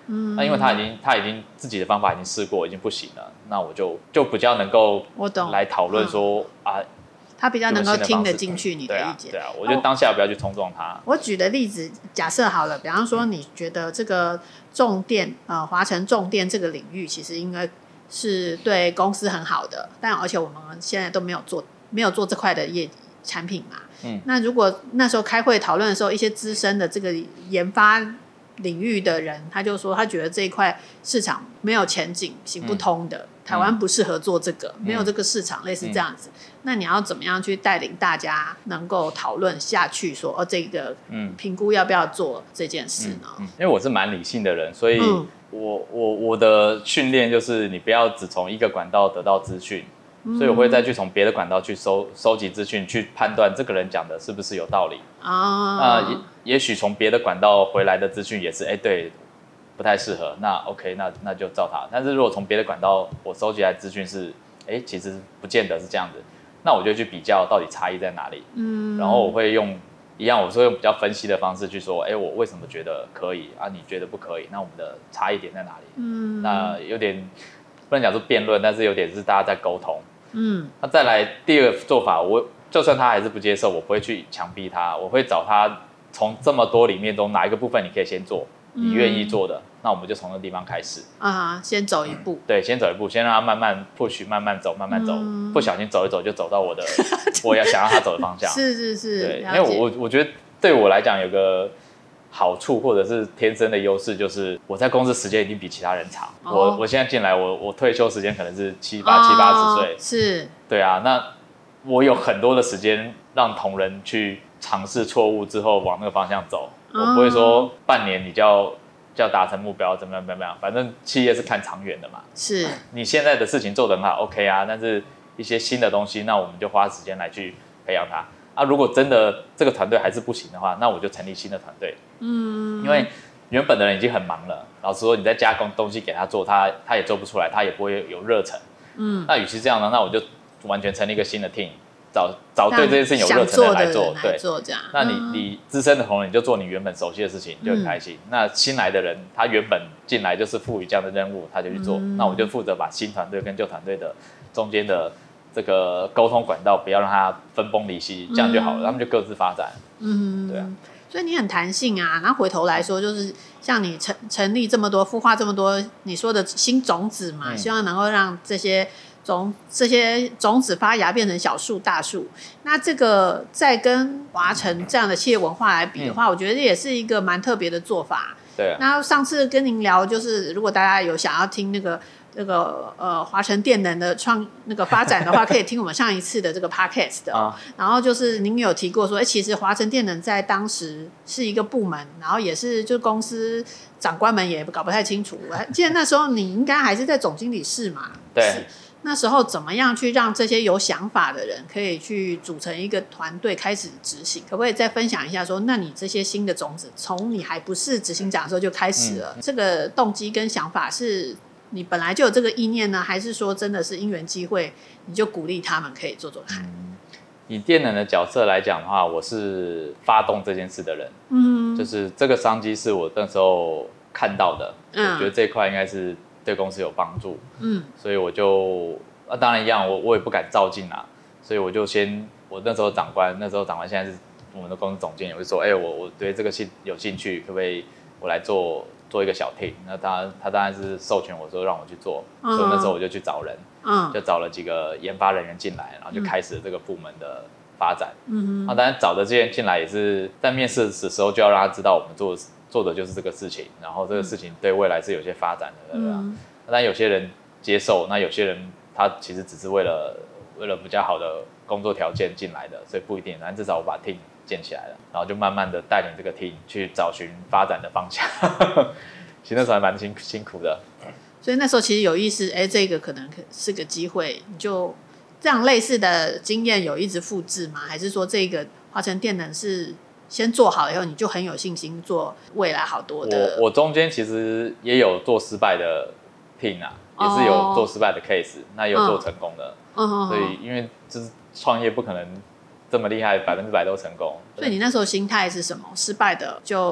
嗯，那因为他已经他已经自己的方法已经试过，已经不行了，那我就就比较能够我懂来讨论说、嗯、啊。 他比较能够听得进去你的意见。 对啊，对啊，我觉得当下不要去冲撞他。 我举的例子，假设好了，比方说你觉得这个重电呃华城重电这个领域，其实应该是对公司很好的，但而且我们现在都没有做没有做这块的业产品嘛。嗯，那如果那时候开会讨论的时候，一些资深的这个研发领域的人，他就说他觉得这一块市场没有前景，行不通的。嗯，台湾不适合做这个，嗯，没有这个市场，类似这样子。嗯，那你要怎么样去带领大家能够讨论下去说，哦，这个评估要不要做这件事呢？嗯嗯嗯， 因为我是蛮理性的人，所以我我我的训练就是你不要只从一个管道得到资讯，嗯，所以我会再去从别的管道去收收集资讯，去判断这个人讲的是不是有道理啊。那也也许从别的管道回来的资讯也是，哎，对。不太适合，那 OK， 那那就照它。但是如果从别的管道我收集来资讯是，哎，其实不见得是这样子，那我就去比较到底差异在哪里。嗯，然后我会用一样，我是用比较分析的方式去说，哎，我为什么觉得可以啊？你觉得不可以？那我们的差异点在哪里？嗯，那有点不能讲是辩论，但是有点是大家在沟通。嗯，那再来第二个做法，我就算他还是不接受，我不会去强逼他，我会找他从这么多里面中哪一个部分你可以先做。你愿意做的，嗯，那我们就从那地方开始啊，先走一步， 嗯，对，先走一步，先让他慢慢 push， 慢慢走，慢慢走，嗯，不小心走一走就走到我的我要想要他走的方向。 是是是， 对，因为我我觉得对我来讲有个好处或者是天生的优势，就是我在公司时间已经比其他人长。哦，我我现在进来，我我退休时间可能是七八七八十岁， 是， 对啊，那我有很多的时间让同仁去尝试错误之后往那个方向走。我不会说半年你就要就要达成目标，怎么样怎么样，反正企业是看长远的嘛。 是， 你现在的事情做得很好 ，OK 啊，但是一些新的东西，那我们就花时间来去培养它啊。如果真的这个团队还是不行的话，那我就成立新的团队。嗯，因为原本的人已经很忙了，老实说，你在加工东西给他做，他他也做不出来，他也不会有热忱。嗯，那与其这样呢，那我就完全成立一个新的 team。找找对这件事情有热忱的人来做，对， 这样。 那你你资深的同仁，你就做你原本熟悉的事情，你就很开心。嗯，那新来的人，他原本进来就是赋予这样的任务，他就去做。嗯，那我就负责把新团队跟旧团队的中间的这个沟通管道，不要让它分崩离析，这样就好了。嗯，他们就各自发展。嗯，对啊。 所以你很弹性啊。然后回头来说，就是像你成成立这么多，孵化这么多你说的新种子嘛，嗯，希望能够让这些。种这些种子发芽变成小树大树，那这个再跟华城这样的企业文化来比的话，嗯，我觉得也是一个蛮特别的做法。 对啊。 那上次跟您聊，就是如果大家有想要听那个那个呃华城电能的创那个发展的话，可以听我们上一次的这个 podcast 的，哦啊。然后就是您有提过说，哎，其实华城电能在当时是一个部门，然后也是就公司长官们也搞不太清楚。我记得那时候你应该还是在总经理室嘛？ 对。 那时候怎么样去让这些有想法的人可以去组成一个团队开始执行？可不可以再分享一下说，那你这些新的种子从你还不是执行长的时候就开始了，嗯，这个动机跟想法是你本来就有这个意念呢，还是说真的是因缘际会你就鼓励他们可以做做看？嗯， 以电能的角色来讲的话，我是发动这件事的人。嗯，就是这个商机是我那时候看到的，嗯，我觉得这一块应该是对公司有帮助。嗯，所以我就啊，当然一样，我我也不敢照进啊，所以我就先，我那时候长官，那时候长官现在是我们的公司总监，我就说，哎，欸，我我对这个兴有兴趣，可不可以我来做做一个小 team？ 那当然他当然是授权我说让我去做，嗯，所以那时候我就去找人，嗯，就找了几个研发人员进来，然后就开始了这个部门的发展。嗯，那当然找的这些人进来也是在面试的时候就要让他知道我们做做的就是这个事情，然后这个事情对未来是有些发展的，对吧？嗯，但有些人接受，那有些人他其实只是为了为了比较好的工作条件进来的，所以不一定。但至少我把 team 建起来了，然后就慢慢的带领这个 team 去找寻发展的方向。其实那时候还蛮辛辛苦的。 所以那时候其实有意识，哎，这个可能是个机会，你就这样类似的经验有一直复制吗？还是说这个华城电能是先做好以后，你就很有信心做未来好多的？ 我我中间其实也有做失败的 team 啊。也是有做失败的 case， 那也有做成功的，嗯，所以因为就是创业不可能这么厉害，百分之百都成功。 所以你那时候心态是什么？失败的就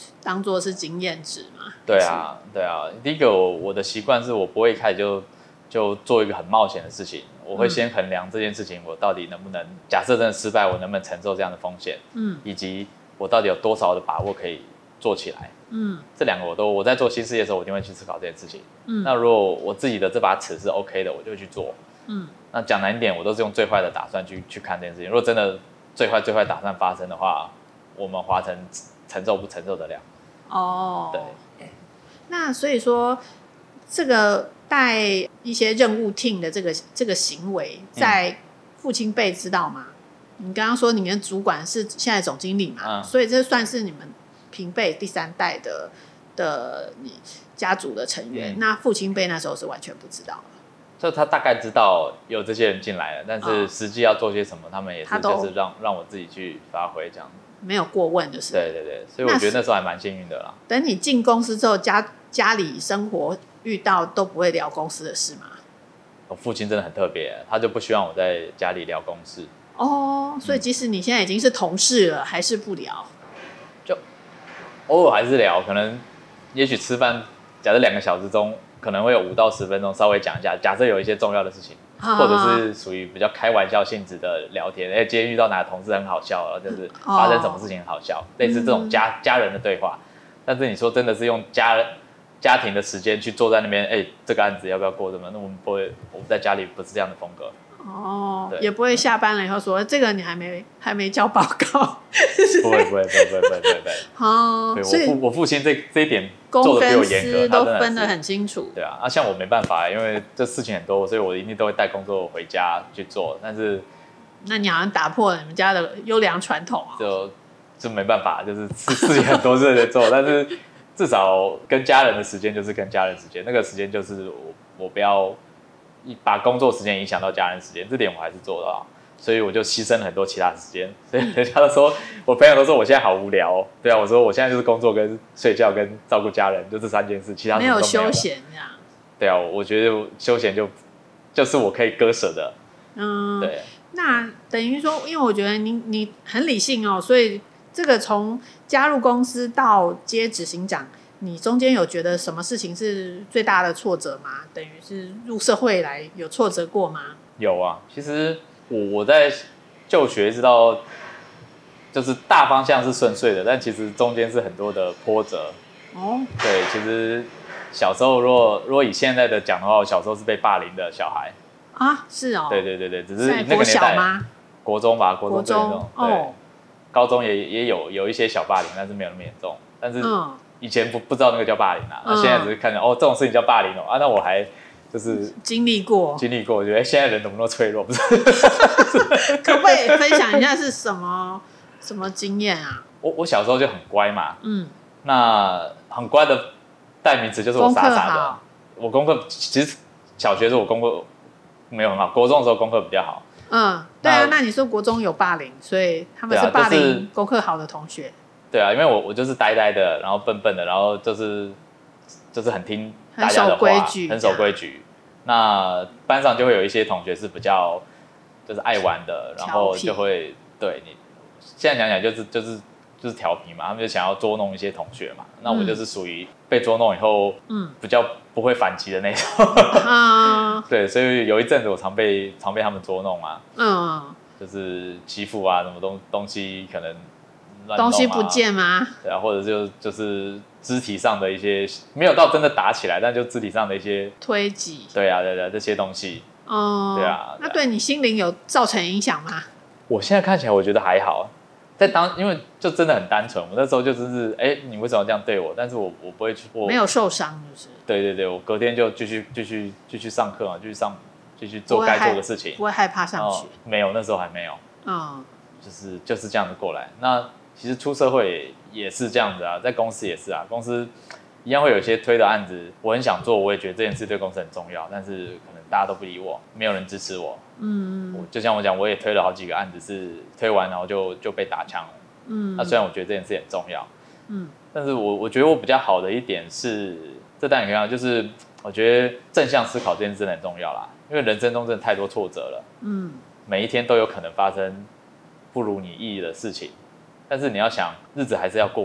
当做是经验值嘛。 对啊，对啊。第一个我我的习惯是我不会一开始就就做一个很冒险的事情，我会先衡量这件事情我到底能不能，假设真的失败，我能不能承受这样的风险，嗯，以及我到底有多少的把握可以做起来，嗯，这两个我都我在做新事业的时候，我一定会去思考这件事情。嗯，那如果我自己的这把尺是 OK 的，我就会去做。嗯，那讲难一点，我都是用最坏的打算去去看这件事情。如果真的最坏最坏打算发生的话，我们华晨承受不承受得了？哦，对。 那所以说，这个带一些任务 team 的这个这个行为，在父亲辈知道吗？嗯、你刚刚说你的主管是现在总经理嘛，嗯、所以这算是你们平辈第三代的的你家族的成员。嗯、那父亲辈那时候是完全不知道的。 就他大概知道有这些人进来了，但是实际要做些什么，他们也是就是让让我自己去发挥这样。 没有过问就是。 对对对，所以我觉得那时候还蛮幸运的啦。 等你进公司之后，家家里生活遇到都不会聊公司的事吗？ 我父亲真的很特别，他就不希望我在家里聊公事。 哦，所以即使你现在已经是同事了，嗯、还是不聊？ 就偶尔还是聊，可能也许吃饭，假设两个小时中可能会有五到十分钟稍微讲一下，假设有一些重要的事情。或者是属于比较开玩笑性质的聊天，哎，今天遇到哪个同事很好笑，然后就是发生什么事情很好笑，哦、类似这种家家人的对话。但是你说真的是用家家庭的时间去坐在那边，哎，这个案子要不要过？什么？那我们不会，我们在家里不是这样的风格。 哦，也不会下班了以后说这个你还没还没交报告。 不会不会不会不会不会不会。哦，我父我父亲这这一点做的比我严格， 都分得很清楚。 对啊，啊像我没办法，因为这事情很多，所以我一定都会带工作回家去做。但是， 那你好像打破了你们家的优良传统啊。 就就没办法，就是事情很多事在做，但是至少跟家人的时间就是跟家人时间，那个时间就是我我不要把工作时间影响到家人时间，这点我还是做到。所以我就牺牲了很多其他时间，所以人家都说，我朋友都说我现在好无聊、哦。对啊，我说我现在就是工作跟睡觉跟照顾家人，就这三件事，其他什么都没有。 没有休闲这样。 对啊，我觉得休闲就就是我可以割舍的。嗯，对。 那等于说，因为我觉得你你很理性哦，所以这个从加入公司到接执行长，你中间有觉得什么事情是最大的挫折吗？等于是入社会来有挫折过吗？ 有啊，其实。我我在就学知道，就是大方向是顺遂的，但其实中间是很多的波折。哦，对，其实小时候如果如果以现在的讲的话，我小时候是被霸凌的小孩。 啊，是哦。 对对对对，只是那个年代。 吗？ 国中吧，国中国中对、哦，高中也也有有一些小霸凌，但是没有那么严重。但是以前不不知道那个叫霸凌啊，那、嗯、现在只是看见哦这种事情叫霸凌哦啊，那我还。就是经历过， 经历过，我觉得现在人怎么那么脆弱？不是？ 可不可以分享一下是什么什么经验啊？ 我我小时候就很乖嘛，嗯，那很乖的代名词就是我傻傻的。我功课其实小学的时候我功课没有很好，国中的时候功课比较好。 嗯，对啊，那你说国中有霸凌，所以他们是霸凌功课好的同学。 对啊，因为我我就是呆呆的，然后笨笨的，然后就是就是很听。大家的话很守规矩，那班上就会有一些同学是比较就是爱玩的，然后就会对你现在想想就是就是就是调皮嘛，他们就想要捉弄一些同学嘛。那我就是属于被捉弄以后，嗯，比较不会反击的那种。嗯、对，所以有一阵子我常被常被他们捉弄啊，嗯，就是欺负啊，什么东东西可能乱弄啊， 东西不见吗？ 对啊，或者就就是。肢体上的一些没有到真的打起来，但就肢体上的一些推挤， 对啊，对啊，这些东西，哦、嗯，对啊， 那对你心灵有造成影响吗？ 我现在看起来我觉得还好，在当因为就真的很单纯，我那时候就只是哎，你为什么这样对我？但是我我不会去，我没有受伤，就是对对对，我隔天就继续继续继续上课嘛，继续上继续做该做的事情， 不会害怕上去， 没有，那时候还没有，嗯，就是就是这样子过来。那其实出社会。也是这样子啊，在公司也是啊，公司一样会有一些推的案子，我很想做，我也觉得这件事对公司很重要，但是可能大家都不理我，没有人支持我。嗯，我就像我讲，我也推了好几个案子，是推完然后就就被打枪了。嗯，那虽然我觉得这件事很重要，嗯，但是我我觉得我比较好的一点是，这当然可以讲，就是我觉得正向思考这件事真的很重要啦，因为人生中真的太多挫折了，嗯，每一天都有可能发生不如你意的事情。但是你要想，日子还是要过啊。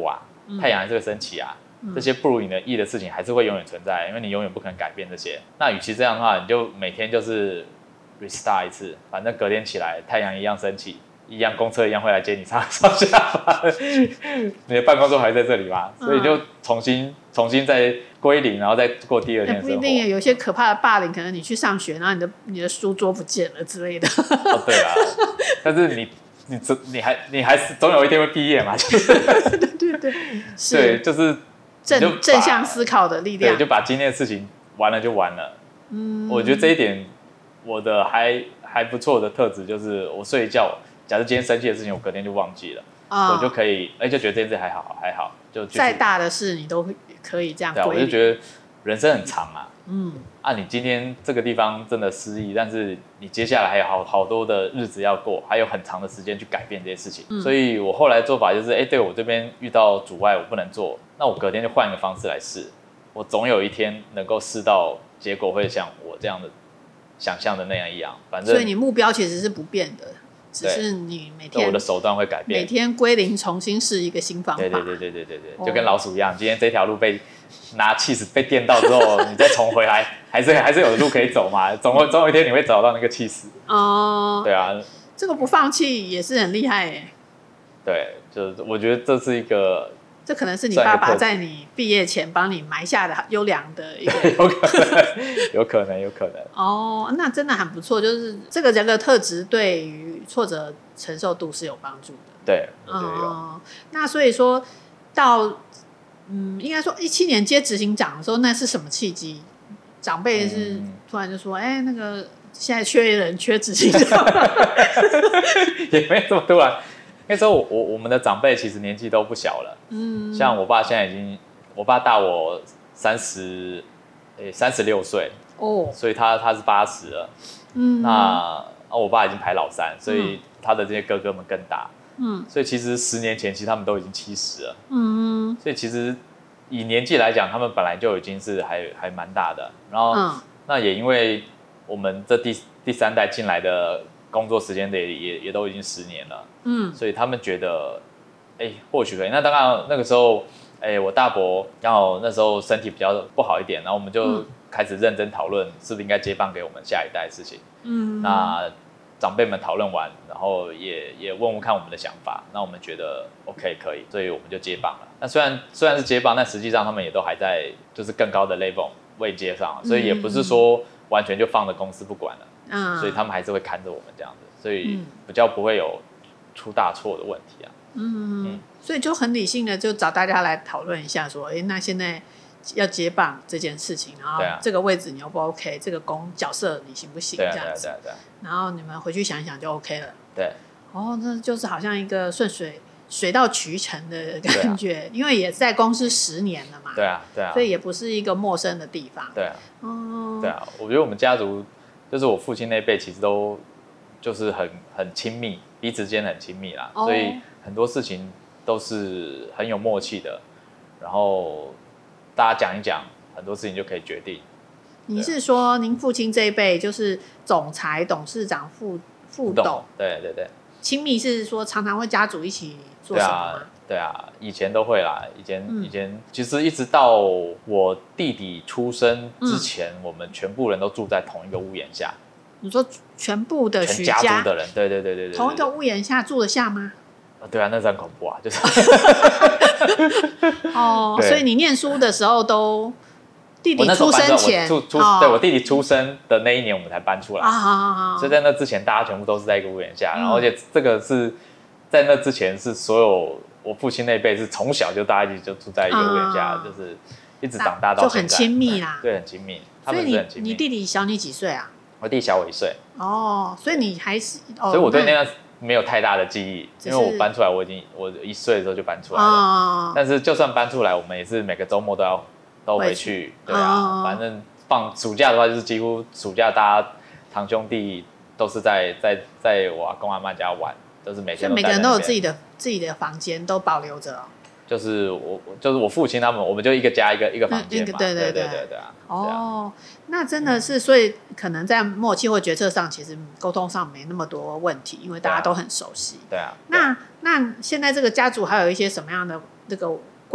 太阳还是会升起啊，嗯、这些不如你的意的事情还是会永远存在，因为你永远不可能改变这些。那与其这样的话，你就每天就是 restart 一次，反正隔天起来太阳一样升起，一样公车一样会来接你上上下班，你的办公桌还在这里嘛，所以就重新重新再归零，然后再过第二天的生活。 不一定，有些可怕的霸凌，可能你去上学，然后你的你的书桌不见了之类的。 哦，对啊，但是你你你还你还是总有一天会毕业嘛，就是、 对对对，是对，就是正正向思考的力量， 对，就把今天的事情完了就完了。嗯，我觉得这一点我的还还不错的特质就是我睡一觉。假设今天生气的事情，我隔天就忘记了，哦、我就可以，哎、欸，就觉得这件事还好，还好，就再大的事你都可以这样。 对、啊，我就觉得人生很长啊，嗯，啊，你今天这个地方真的失忆，但是你接下来还有好好多的日子要过，还有很长的时间去改变这些事情，嗯、所以我后来做法就是，哎、欸，对我这边遇到阻碍，我不能做，那我隔天就换一个方式来试，我总有一天能够试到结果会像我这样的想象的那样一样，反正。 所以你目标其实是不变的。只是你每天我的手段会改变， 每天归零，重新试一个新方法。 对对对对对对对，哦、就跟老鼠一样，今天这条路被拿气死被电到之后，你再重回来，还是还是有的路可以走嘛，总会总有一天你会找到那个气死。哦，对啊， 这个不放弃也是很厉害耶。 对，就是我觉得这是一个。 这可能是你爸爸在你毕业前帮你埋下的优良的一个有可能，有可能，有可能。 哦，那真的很不错，就是这个人格特质对于挫折承受度是有帮助的。 对，我觉得有。 哦，那所以说到嗯，应该说一七年接执行长的时候，那是什么契机？长辈是突然就说：“哎、嗯欸，那个现在缺人，缺执行长。” 也没有这么突然。那时候我我们的长辈其实年纪都不小了，嗯，像我爸现在已经，我爸大我三十，诶三十六岁哦，所以他他是八十了，嗯，那我爸已经排老三，所以他的这些哥哥们更大，嗯，所以其实十年前其实他们都已经七十了，嗯，所以其实以年纪来讲，他们本来就已经是还还蛮大的，然后、嗯、那也因为我们这第第三代进来的。工作时间的 也, 也, 也都已经十年了，嗯，所以他们觉得，哎、欸，或许可以。那当然那个时候，哎、欸，我大伯刚好那时候身体比较不好一点，然后我们就开始认真讨论是不是应该接棒给我们下一代的事情。嗯，那长辈们讨论完，然后也也问问看我们的想法，那我们觉得 OK 可以，所以我们就接棒了。那虽然虽然是接棒，但实际上他们也都还在就是更高的 level 位阶上，所以也不是说完全就放着公司不管了。嗯，所以他们还是会看着我们这样子，所以比较不会有出大错的问题啊。 嗯，嗯所以就很理性的就找大家来讨论一下，说，哎，那现在要接棒这件事情，然后这个位置你 O 不 OK， 这个工角色你行不行？ 对啊， 这样子， 对啊，对啊。 然后你们回去想一想就 OK 了。 对。 哦，那就是好像一个顺水水到渠成的感觉，啊、因为也在公司十年了嘛。 对啊，对啊。 所以也不是一个陌生的地方。 对啊。哦。对啊，我觉得我们家族。就是我父亲那辈其实都就是很很亲密，彼此间很亲密啦， oh. 所以很多事情都是很有默契的，然后大家讲一讲，很多事情就可以决定。 你是说您父亲这一辈就是总裁、董事长、副副董？ 对对对。 亲密是说常常会家族一起做什么吗？ 对啊，以前都会啦。以前、嗯、以前其实一直到我弟弟出生之前、嗯，我们全部人都住在同一个屋檐下。 你说全部的许家全家族的人，对对对对 对, 对， 同一个屋檐下住得下吗？ 啊，对啊，那是很恐怖啊，就是。 哦，所以你念书的时候都弟弟出生前， 我出出对我弟弟出生的那一年，我们才搬出来。啊，好好好。所以在那之前，大家全部都是在一个屋檐下，嗯、然后而且这个是在那之前是所有。我父亲那一辈是从小就大家一起就住在一个屋檐下、嗯，就是一直长大到现在， 就很亲密啦。 对，很亲密。他们是很亲密。 所以你你弟弟小你几岁啊？ 我弟小我一岁。 哦，所以你还是，哦、 所以我对那样没有太大的记忆，因为我搬出来，我已经我一岁的时候就搬出来了、哦。但是就算搬出来，我们也是每个周末都要都回去，对啊、哦，反正放暑假的话，就是几乎暑假大家堂兄弟都是在在在我阿公阿嬷家玩。都是每天都每个人都有自己的自己的房间，都保留着、哦。 就是我，就是我父亲他们，我们就一个家一个一个房间嘛。 对对对对对对啊！ 哦，那真的是，所以可能在默契或决策上，其实沟通上没那么多问题，因为大家都很熟悉。 对啊。 那那现在这个家族还有一些什么样的这个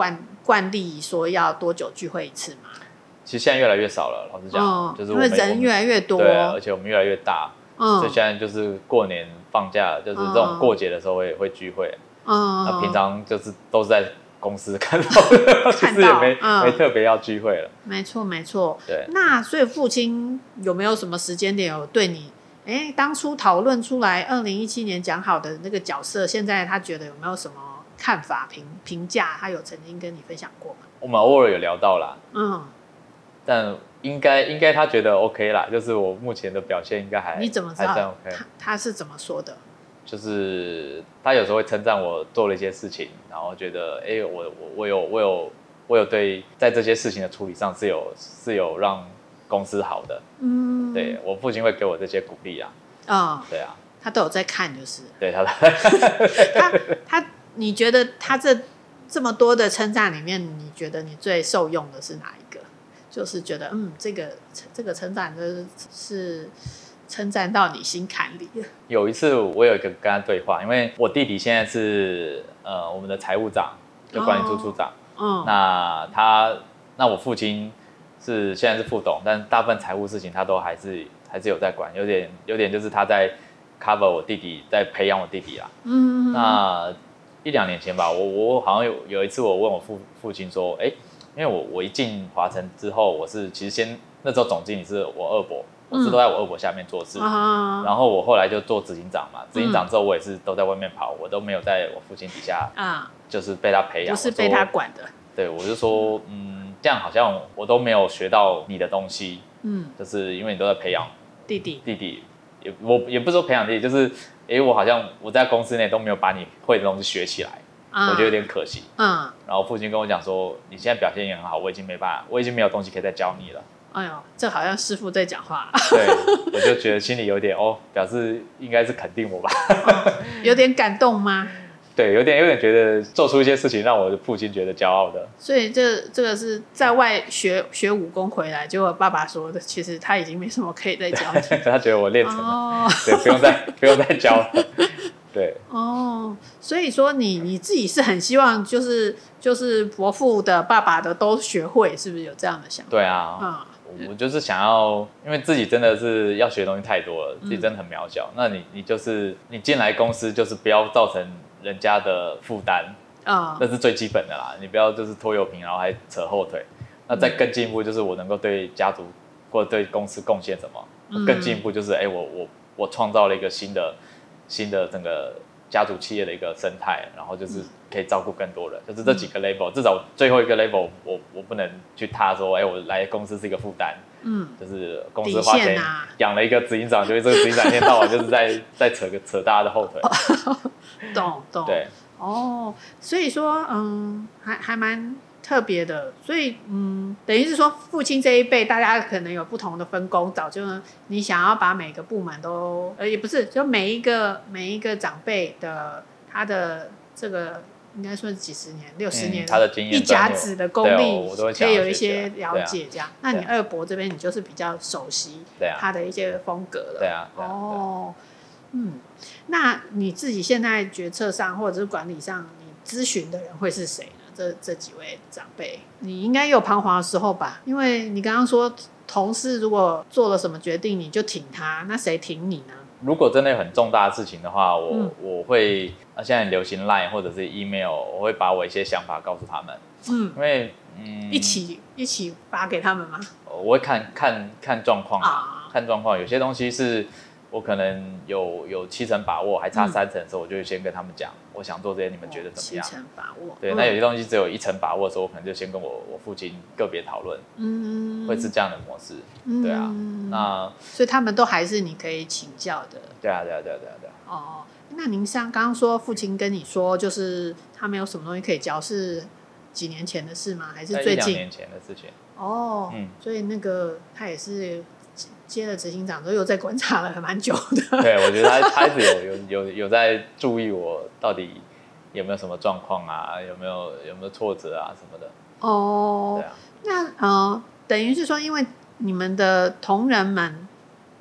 惯惯例说要多久聚会一次吗？ 其实现在越来越少了，老实讲，嗯、就是我们因为人越来越多， 对、啊，而且我们越来越大，嗯，所以现在就是过年放假，就是这种过节的时候也会聚会，嗯，那平常就是都是在公司看到的，其实也没、嗯、没特别要聚会了。 没错，没错。 对， 那所以父亲有没有什么时间点有对你？哎，当初讨论出来，二零一七年讲好的那个角色，现在他觉得有没有什么看法、评评价？他有曾经跟你分享过吗？ 我们偶尔有聊到啦，嗯，但应该应该他觉得 OK 啦，就是我目前的表现应该还你怎么知道还算 OK？ 他, 他是怎么说的？ 就是他有时候会称赞我做了一些事情，然后觉得哎，我我我有我有我有对在这些事情的处理上是有是有让公司好的，嗯，对我父亲会给我这些鼓励啊，啊、嗯，对啊， 他都有在看，就是对他他他，你觉得他这这么多的称赞里面，你觉得你最受用的是哪一个？就是觉得嗯，这个这个称赞就是是称赞到你心坎里了。 有一次我有一个跟他对话，因为我弟弟现在是呃我们的财务长，就管理处处长，嗯，那他那我父亲。是现在是副董，但大部分财务事情他都还是还是有在管，有点有点就是他在 cover 我弟弟，在培养我弟弟啦。嗯，那一两年前吧，我我好像有有一次我问我父父亲说，哎、欸，因为我我一进华城之后，我是其实先那时候总经理是我二伯，我是都在我二伯下面做事，嗯、然后我后来就做执行长嘛，执行长之后我也是都在外面跑，我都没有在我父亲底下，啊、嗯，就是被他培养， 不是被他管的。 对，我就说，嗯。这样好像我都没有学到你的东西，嗯，就是因为你都在培养弟弟， 弟弟也我也不是说培养弟弟，就是哎、欸，我好像我在公司内都没有把你会的东西学起来，嗯、我觉得有点可惜，嗯。然后父亲跟我讲说，你现在表现也很好，我已经没办法，我已经没有东西可以再教你了。 哎呦，这好像师父在讲话。 对，我就觉得心里有点哦，表示应该是肯定我吧， 哦、有点感动吗？ 对，有点有点觉得做出一些事情让我的父亲觉得骄傲的。 所以这这个是在外学学武功回来，结果爸爸说的，其实他已经没什么可以再教你。 他觉得我练成了，哦、对，不用再不用再教了。对。 哦，所以说你你自己是很希望就是就是伯父的爸爸的都学会，是不是有这样的想法？ 对啊。嗯，我就是想要，因为自己真的是要学的东西太多了，自己真的很渺小。嗯、那你你就是你进来公司就是不要造成人家的负担，啊、嗯，那是最基本的啦。你不要就是拖油瓶，然后还扯后腿。那再更进一步，就是我能够对家族或者对公司贡献什么。嗯、更进一步就是，哎、欸，我我我创造了一个新的新的整个家族企业的一个生态，然后就是可以照顾更多人。嗯、就是这几个 level， 至少最后一个 level， 我我不能去踏说，哎、欸，我来公司是一个负担。嗯，就是公司花钱养了一个执行长，就是这个执行长一天到晚就是在在扯个扯大家的后腿。 懂懂。 对。 哦，所以说，嗯，还还蛮特别的。所以，嗯，等于是说，父亲这一辈，大家可能有不同的分工，早就你想要把每个部门都，呃，也不是，就每一个每一个长辈的他的这个。应该说是几十年、六十年， 他的经验、 一甲子的功力，可以有一些了解。这样， 啊、 那你二伯这边，你就是比较熟悉他的一些风格了。 对啊。 对啊哦，嗯，那你自己现在决策上或者是管理上，你咨询的人会是谁呢？这这几位长辈，你应该有彷徨的时候吧？因为你刚刚说，同事如果做了什么决定，你就挺他，那谁挺你呢？ 如果真的有很重大的事情的话，我、嗯、我会啊，现在流行 Line 或者是 email， 我会把我一些想法告诉他们。嗯，因为嗯， 一起一起发给他们吗？ 我会看看看状况啊，看状况。有些东西是我可能有有七成把握，还差三成的时候，嗯、我就会先跟他们讲，我想做这些，你们觉得怎么样？ 七成把握。 对，嗯、那有些东西只有一成把握的时候，我可能就先跟我我父亲个别讨论。嗯，会是这样的模式。嗯、对啊，那所以他们都还是你可以请教的。 对啊，对啊，对啊，对啊，对啊。 哦，那您像刚刚说父亲跟你说，就是他没有什么东西可以教，是几年前的事吗？还是最近？一两年前的事情。 哦，嗯，所以那个他也是接了执行长之后，又在观察了蛮久的。 对，我觉得他他一直有有有有在注意我到底有没有什么状况啊，有没有有没有挫折啊什么的。 哦，对啊，那呃，等于是说，因为你们的同仁们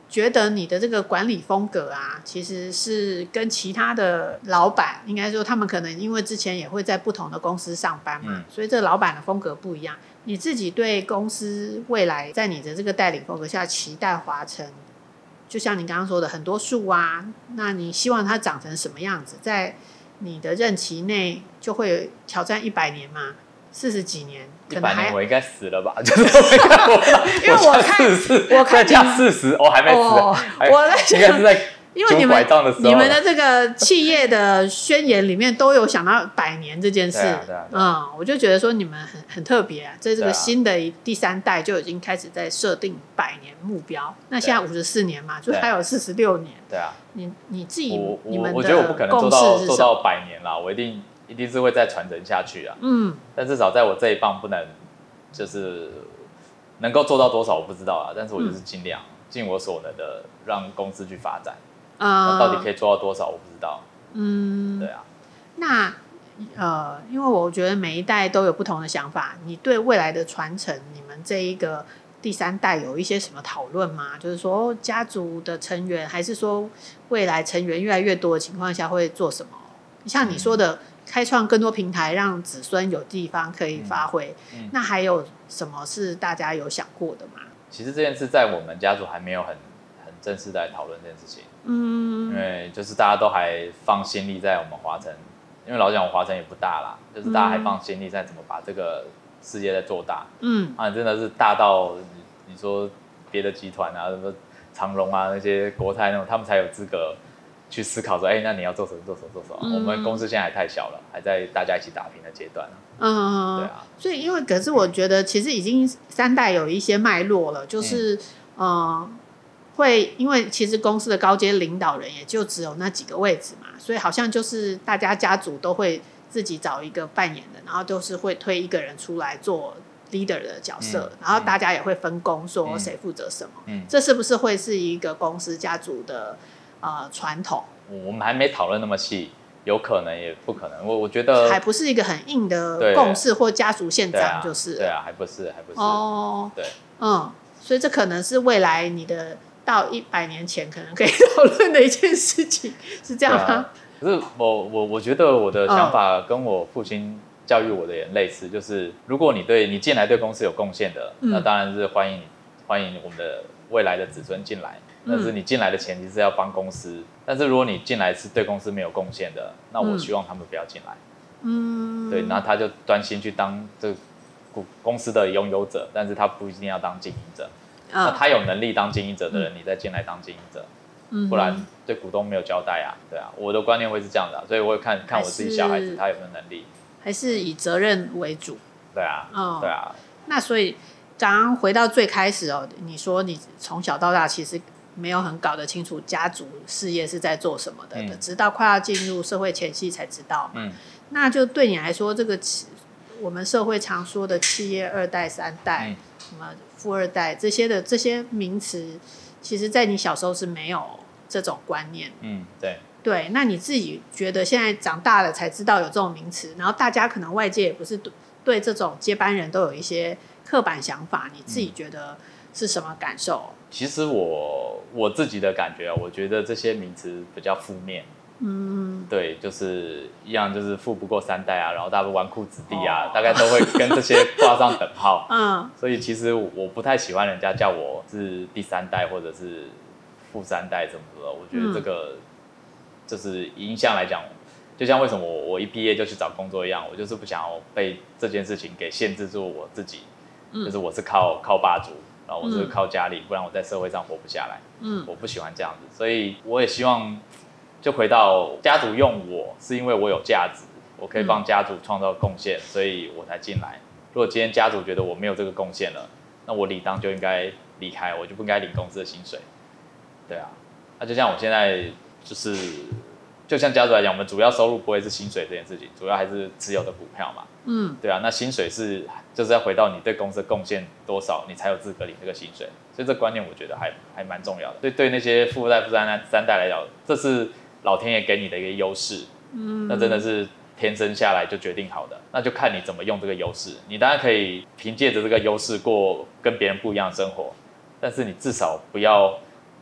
觉得你的这个管理风格啊，其实是跟其他的老板，应该说他们可能因为之前也会在不同的公司上班嘛，嗯、所以这个老板的风格不一样。你自己对公司未来在你的这个带领风格下期待华城，就像你刚刚说的很多树啊，那你希望它长成什么样子？在你的任期内就会挑战一百年嘛？四十几年， 一百年我应该死了吧？就是我看我， 因为我看四十，我看加四十，我还没死， 哦、我在应该是在因为你们你们的这个企业的宣言里面都有想到百年这件事， 对啊对啊对啊嗯，我就觉得说你们很很特别啊，在这个新的第三代就已经开始在设定百年目标。那现在五十四年嘛，就还有四十六年。 对啊， 你你自己我你们的我觉得我不可能做到做到百年啦，我一定。一定是会再传承下去啊，嗯，但至少在我这一棒不能，就是能够做到多少我不知道啊，但是我就是尽量尽我所能的让公司去发展，啊、嗯，到底可以做到多少我不知道，嗯，对啊， 那呃，因为我觉得每一代都有不同的想法，你对未来的传承，你们这一个第三代有一些什么讨论吗？就是说家族的成员，还是说未来成员越来越多的情况下会做什么？像你说的。嗯开创更多平台，让子孙有地方可以发挥、嗯嗯。那还有什么是大家有想过的吗？ 其实这件事在我们家族还没有很很正式的来讨论这件事情。嗯，因为就是大家都还放心力在我们华城，因为老实讲，我华城也不大啦，就是大家还放心力在怎么把这个事业再做大。嗯，啊，真的是大到你你说别的集团啊，什么长荣啊那些国泰那种，他们才有资格。去思考说，哎、欸，那你要做什么？做什么？做什么？嗯、我们公司现在还太小了，还在大家一起打拼的阶段。嗯，对啊。 所以，因为可是我觉得，其实已经三代有一些脉络了，就是，嗯、呃，会因为其实公司的高阶领导人也就只有那几个位置嘛，所以好像就是大家家族都会自己找一个扮演的，然后都是会推一个人出来做 leader 的角色，嗯、然后大家也会分工，说谁负责什么。嗯，这是不是会是一个公司家族的？呃，传统， 我们还没讨论那么细，有可能也不可能。我我觉得还不是一个很硬的共识或家族宪章，就是对 啊, 对啊，还不是，还不是哦，对， 嗯，所以这可能是未来你的到一百年前可能可以讨论的一件事情，是这样吗？啊、 可是我我我觉得我的想法跟我父亲教育我的也类似，嗯、就是如果你对你进来对公司有贡献的，嗯、那当然是欢迎欢迎我们的未来的子孙进来。但是你进来的前提是要帮公司，嗯、但是如果你进来是对公司没有贡献的，那我希望他们不要进来。嗯，对，那他就专心去当这公司的拥有者，但是他不一定要当经营者。嗯、那他有能力当经营者的人，嗯、你再进来当经营者，嗯、不然对股东没有交代啊。对啊，我的观念会是这样的、啊，所以我会看看我自己小孩子他有没有能力， 还是以责任为主。 对啊，哦、对啊。 那所以刚刚回到最开始哦，你说你从小到大其实。没有很搞得清楚家族事业是在做什么的，嗯、直到快要进入社会前夕才知道嘛。嗯、那就对你来说，这个我们社会常说的企业二代、三代、嗯、什么富二代这些的这些名词，其实在你小时候是没有这种观念。 嗯，对。 对，那你自己觉得现在长大了才知道有这种名词，然后大家可能外界也不是对对这种接班人都有一些刻板想法，你自己觉得是什么感受？ 其实我我自己的感觉啊，我觉得这些名词比较负面。嗯，对，就是一样，就是富不过三代啊，然后大部分纨绔子弟啊，哦、大概都会跟这些挂上等号。嗯，所以其实我不太喜欢人家叫我是第三代或者是富三代什么的。我觉得这个就是影响来讲，就像为什么我我一毕业就去找工作一样，我就是不想要被这件事情给限制住我自己，嗯、就是我是靠靠霸主。然后我是靠家里，不然我在社会上活不下来。嗯，我不喜欢这样子，所以我也希望就回到家族用我，是因为我有价值，我可以帮家族创造贡献，所以我才进来。如果今天家族觉得我没有这个贡献了，那我理当就应该离开，我就不应该领公司的薪水。对啊，那就像我现在就是，就像家族来讲，我们主要收入不会是薪水这件事情，主要还是持有的股票嘛。嗯，对啊，那薪水是就是要回到你对公司的贡献多少，你才有资格领这个薪水。所以这观念我觉得还还蛮重要的。所以对那些富二代、富三代、三代来讲，这是老天爷给你的一个优势。嗯，那真的是天生下来就决定好的，那就看你怎么用这个优势。你当然可以凭借着这个优势过跟别人不一样的生活，但是你至少不要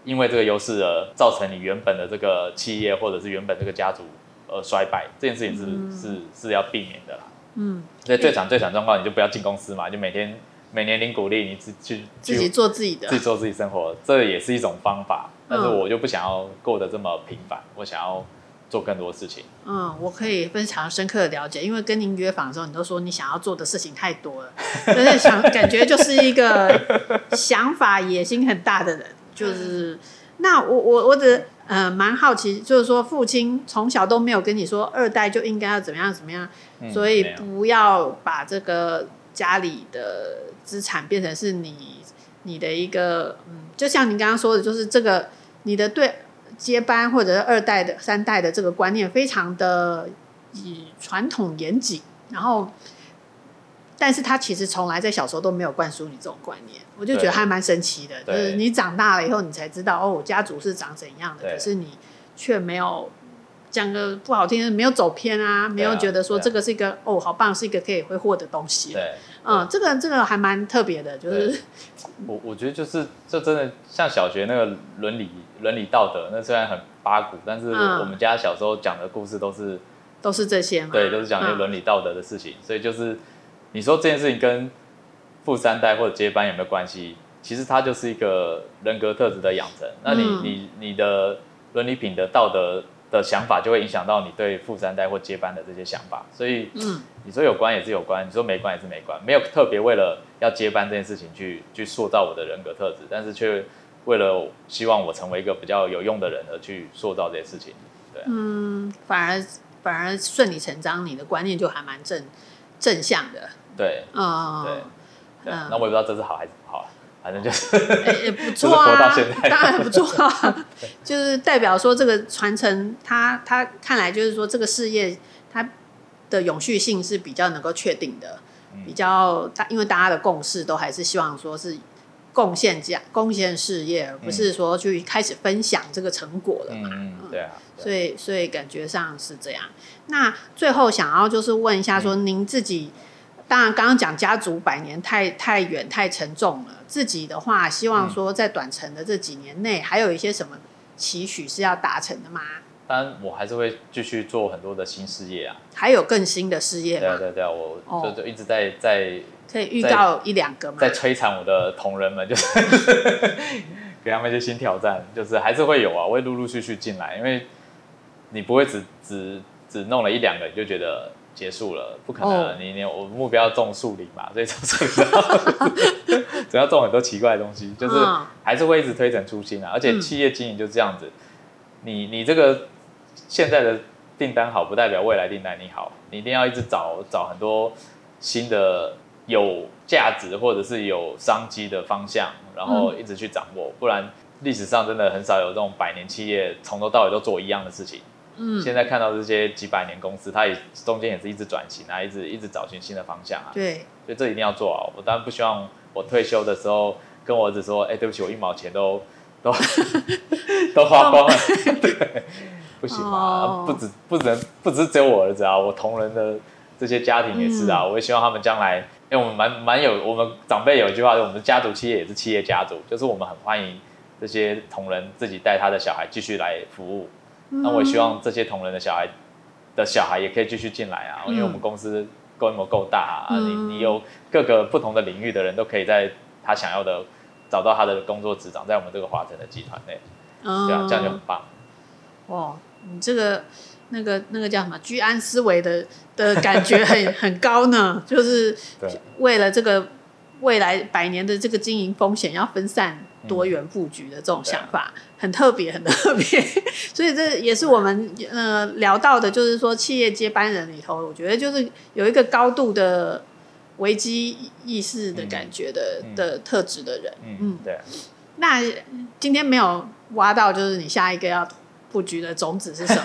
因为这个优势而造成你原本的这个企业或者是原本这个家族而衰败，这件事情是、嗯、是是要避免的啦。嗯，所以最惨最惨状况，你就不要进公司嘛，就每天每年领股利，你自去自己做自己的， 自己做自己生活，这也是一种方法。但是我就不想要过得这么平凡，我想要做更多事情。 嗯，我可以非常深刻的了解，因为跟您约访的时候，你都说你想要做的事情太多了，就是想感觉就是一个想法野心很大的人。就是那我我我只呃蛮好奇，就是说父亲从小都没有跟你说二代就应该要怎么样怎么样，嗯、所以不要把这个家里的资产变成是你你的一个嗯，就像你刚刚说的，就是这个你的对接班或者是二代的三代的这个观念非常的以传统严谨，然后但是他其实从来在小时候都没有灌输你这种观念，我就觉得还蛮神奇的，就是你长大了以后你才知道哦，我家族是长怎样的，可是你却没有讲个不好听的，没有走偏啊，没有觉得说这个是一个、啊、哦好棒，是一个可以挥霍的东西。对，嗯，这个这个还蛮特别的，就是我我觉得就是这真的像小学那个伦理伦理道德，那虽然很八股，但是我们家小时候讲的故事都是都是这些嘛， 对，都是讲一些伦理道德的事情，嗯、所以就是你说这件事情跟富三代或者接班有没有关系？其实它就是一个人格特质的养成。那你、嗯、你你的伦理品德道德的想法，就会影响到你对富三代或接班的这些想法。所以，嗯，你说有关也是有关，你说没关也是没关，没有特别为了要接班这件事情去去塑造我的人格特质，但是却为了希望我成为一个比较有用的人而去塑造这些事情。对、啊， 嗯，反而反而顺理成章，你的观念就还蛮正正向的。 对，嗯，对，对、嗯，那我也不知道这是好还是不好。反正就是， 也、欸、不错啊，当然不错啊，就是代表说这个传承，他他看来就是说这个事业它的永续性是比较能够确定的，嗯、比较因为大家的共识都还是希望说是贡献家贡献事业，而不是说去开始分享这个成果了嘛， 嗯，对啊， 所以所以感觉上是这样。那最后想要就是问一下说，您自己。当然，刚刚讲家族百年太太远太沉重了。自己的话，希望说在短程的这几年内，还有一些什么期许是要达成的吗？ 当然，我还是会继续做很多的新事业啊。 还有更新的事业吗？ 对对对，我就就一直在、哦、在可以预告一两个吗？ 在摧残我的同仁们，就是给他们一些新挑战，就是还是会有啊，我会陆陆续续进来，因为你不会只只只弄了一两个你就觉得。结束了，不可能、啊。Oh. 你你我目标要种树林嘛，所以种树林只要种很多奇怪的东西，就是还是会一直推陈出新啊。而且企业经营就这样子，嗯、你你这个现在的订单好，不代表未来订单你好，你一定要一直找找很多新的有价值或者是有商机的方向，然后一直去掌握，嗯、不然历史上真的很少有这种百年企业从头到尾都做一样的事情。嗯，现在看到这些几百年公司，它也中间也是一直转型啊，一直一直找寻新的方向啊。 对， 所以这一定要做好。我当然不希望我退休的时候跟我儿子说：“哎、欸，对不起，我一毛钱都都都花光了。”对，不行嘛、哦，不止不能不只是只有我儿子啊，我同仁的这些家庭也是啊。嗯、我也希望他们将来，因为我们蛮蛮有，我们长辈有一句话，我们家族企业也是企业家族，就是我们很欢迎这些同仁自己带他的小孩继续来服务。那我也希望这些同仁的小孩的小孩也可以继续进来啊，因为我们公司规模够大啊，你你有各个不同的领域的人都可以在他想要的找到他的工作职掌，在我们这个华城的集团内，对啊，这样就很棒。 哇，你这个那个那个叫什么居安思危的的感觉很很高呢，就是为了这个未来百年的这个经营风险要分散。多元布局的这种想法、嗯、很特别很特别所以这也是我们呃聊到的，就是说企业接班人里头，我觉得就是有一个高度的危机意识的感觉的、嗯、的特质的人。 嗯，嗯对。 那今天没有挖到，就是你下一个要布局的种子是什么？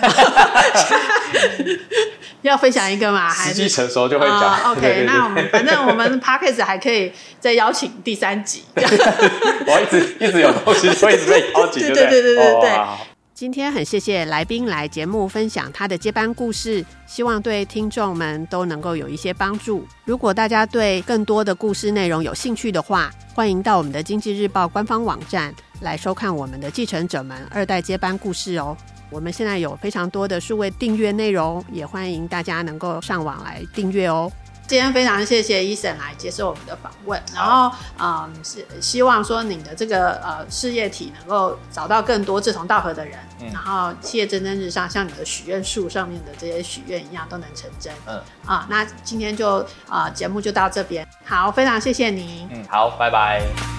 要分享一个吗？ 时机成熟就会讲。 uh, OK， 对对对，那我们反正我们 Podcast 还可以再邀请第三集。 我一直一直有东西会一直在邀请，对对对对对对。 哦、 今天很谢谢来宾来节目分享他的接班故事，希望对听众们都能够有一些帮助。如果大家对更多的故事内容有兴趣的话，欢迎到我们的经济日报官方网站来收看我们的继承者们二代接班故事哦。我们现在有非常多的数位订阅内容，也欢迎大家能够上网来订阅哦。今天非常谢谢Eason来接受我们的访问，然后嗯，是希望说你的这个呃事业体能够找到更多志同道合的人，嗯、然后企业蒸蒸日上，像你的许愿树上面的这些许愿一样都能成真。嗯啊，那今天就啊、呃、节目就到这边，好，非常谢谢你。 嗯，好，拜拜。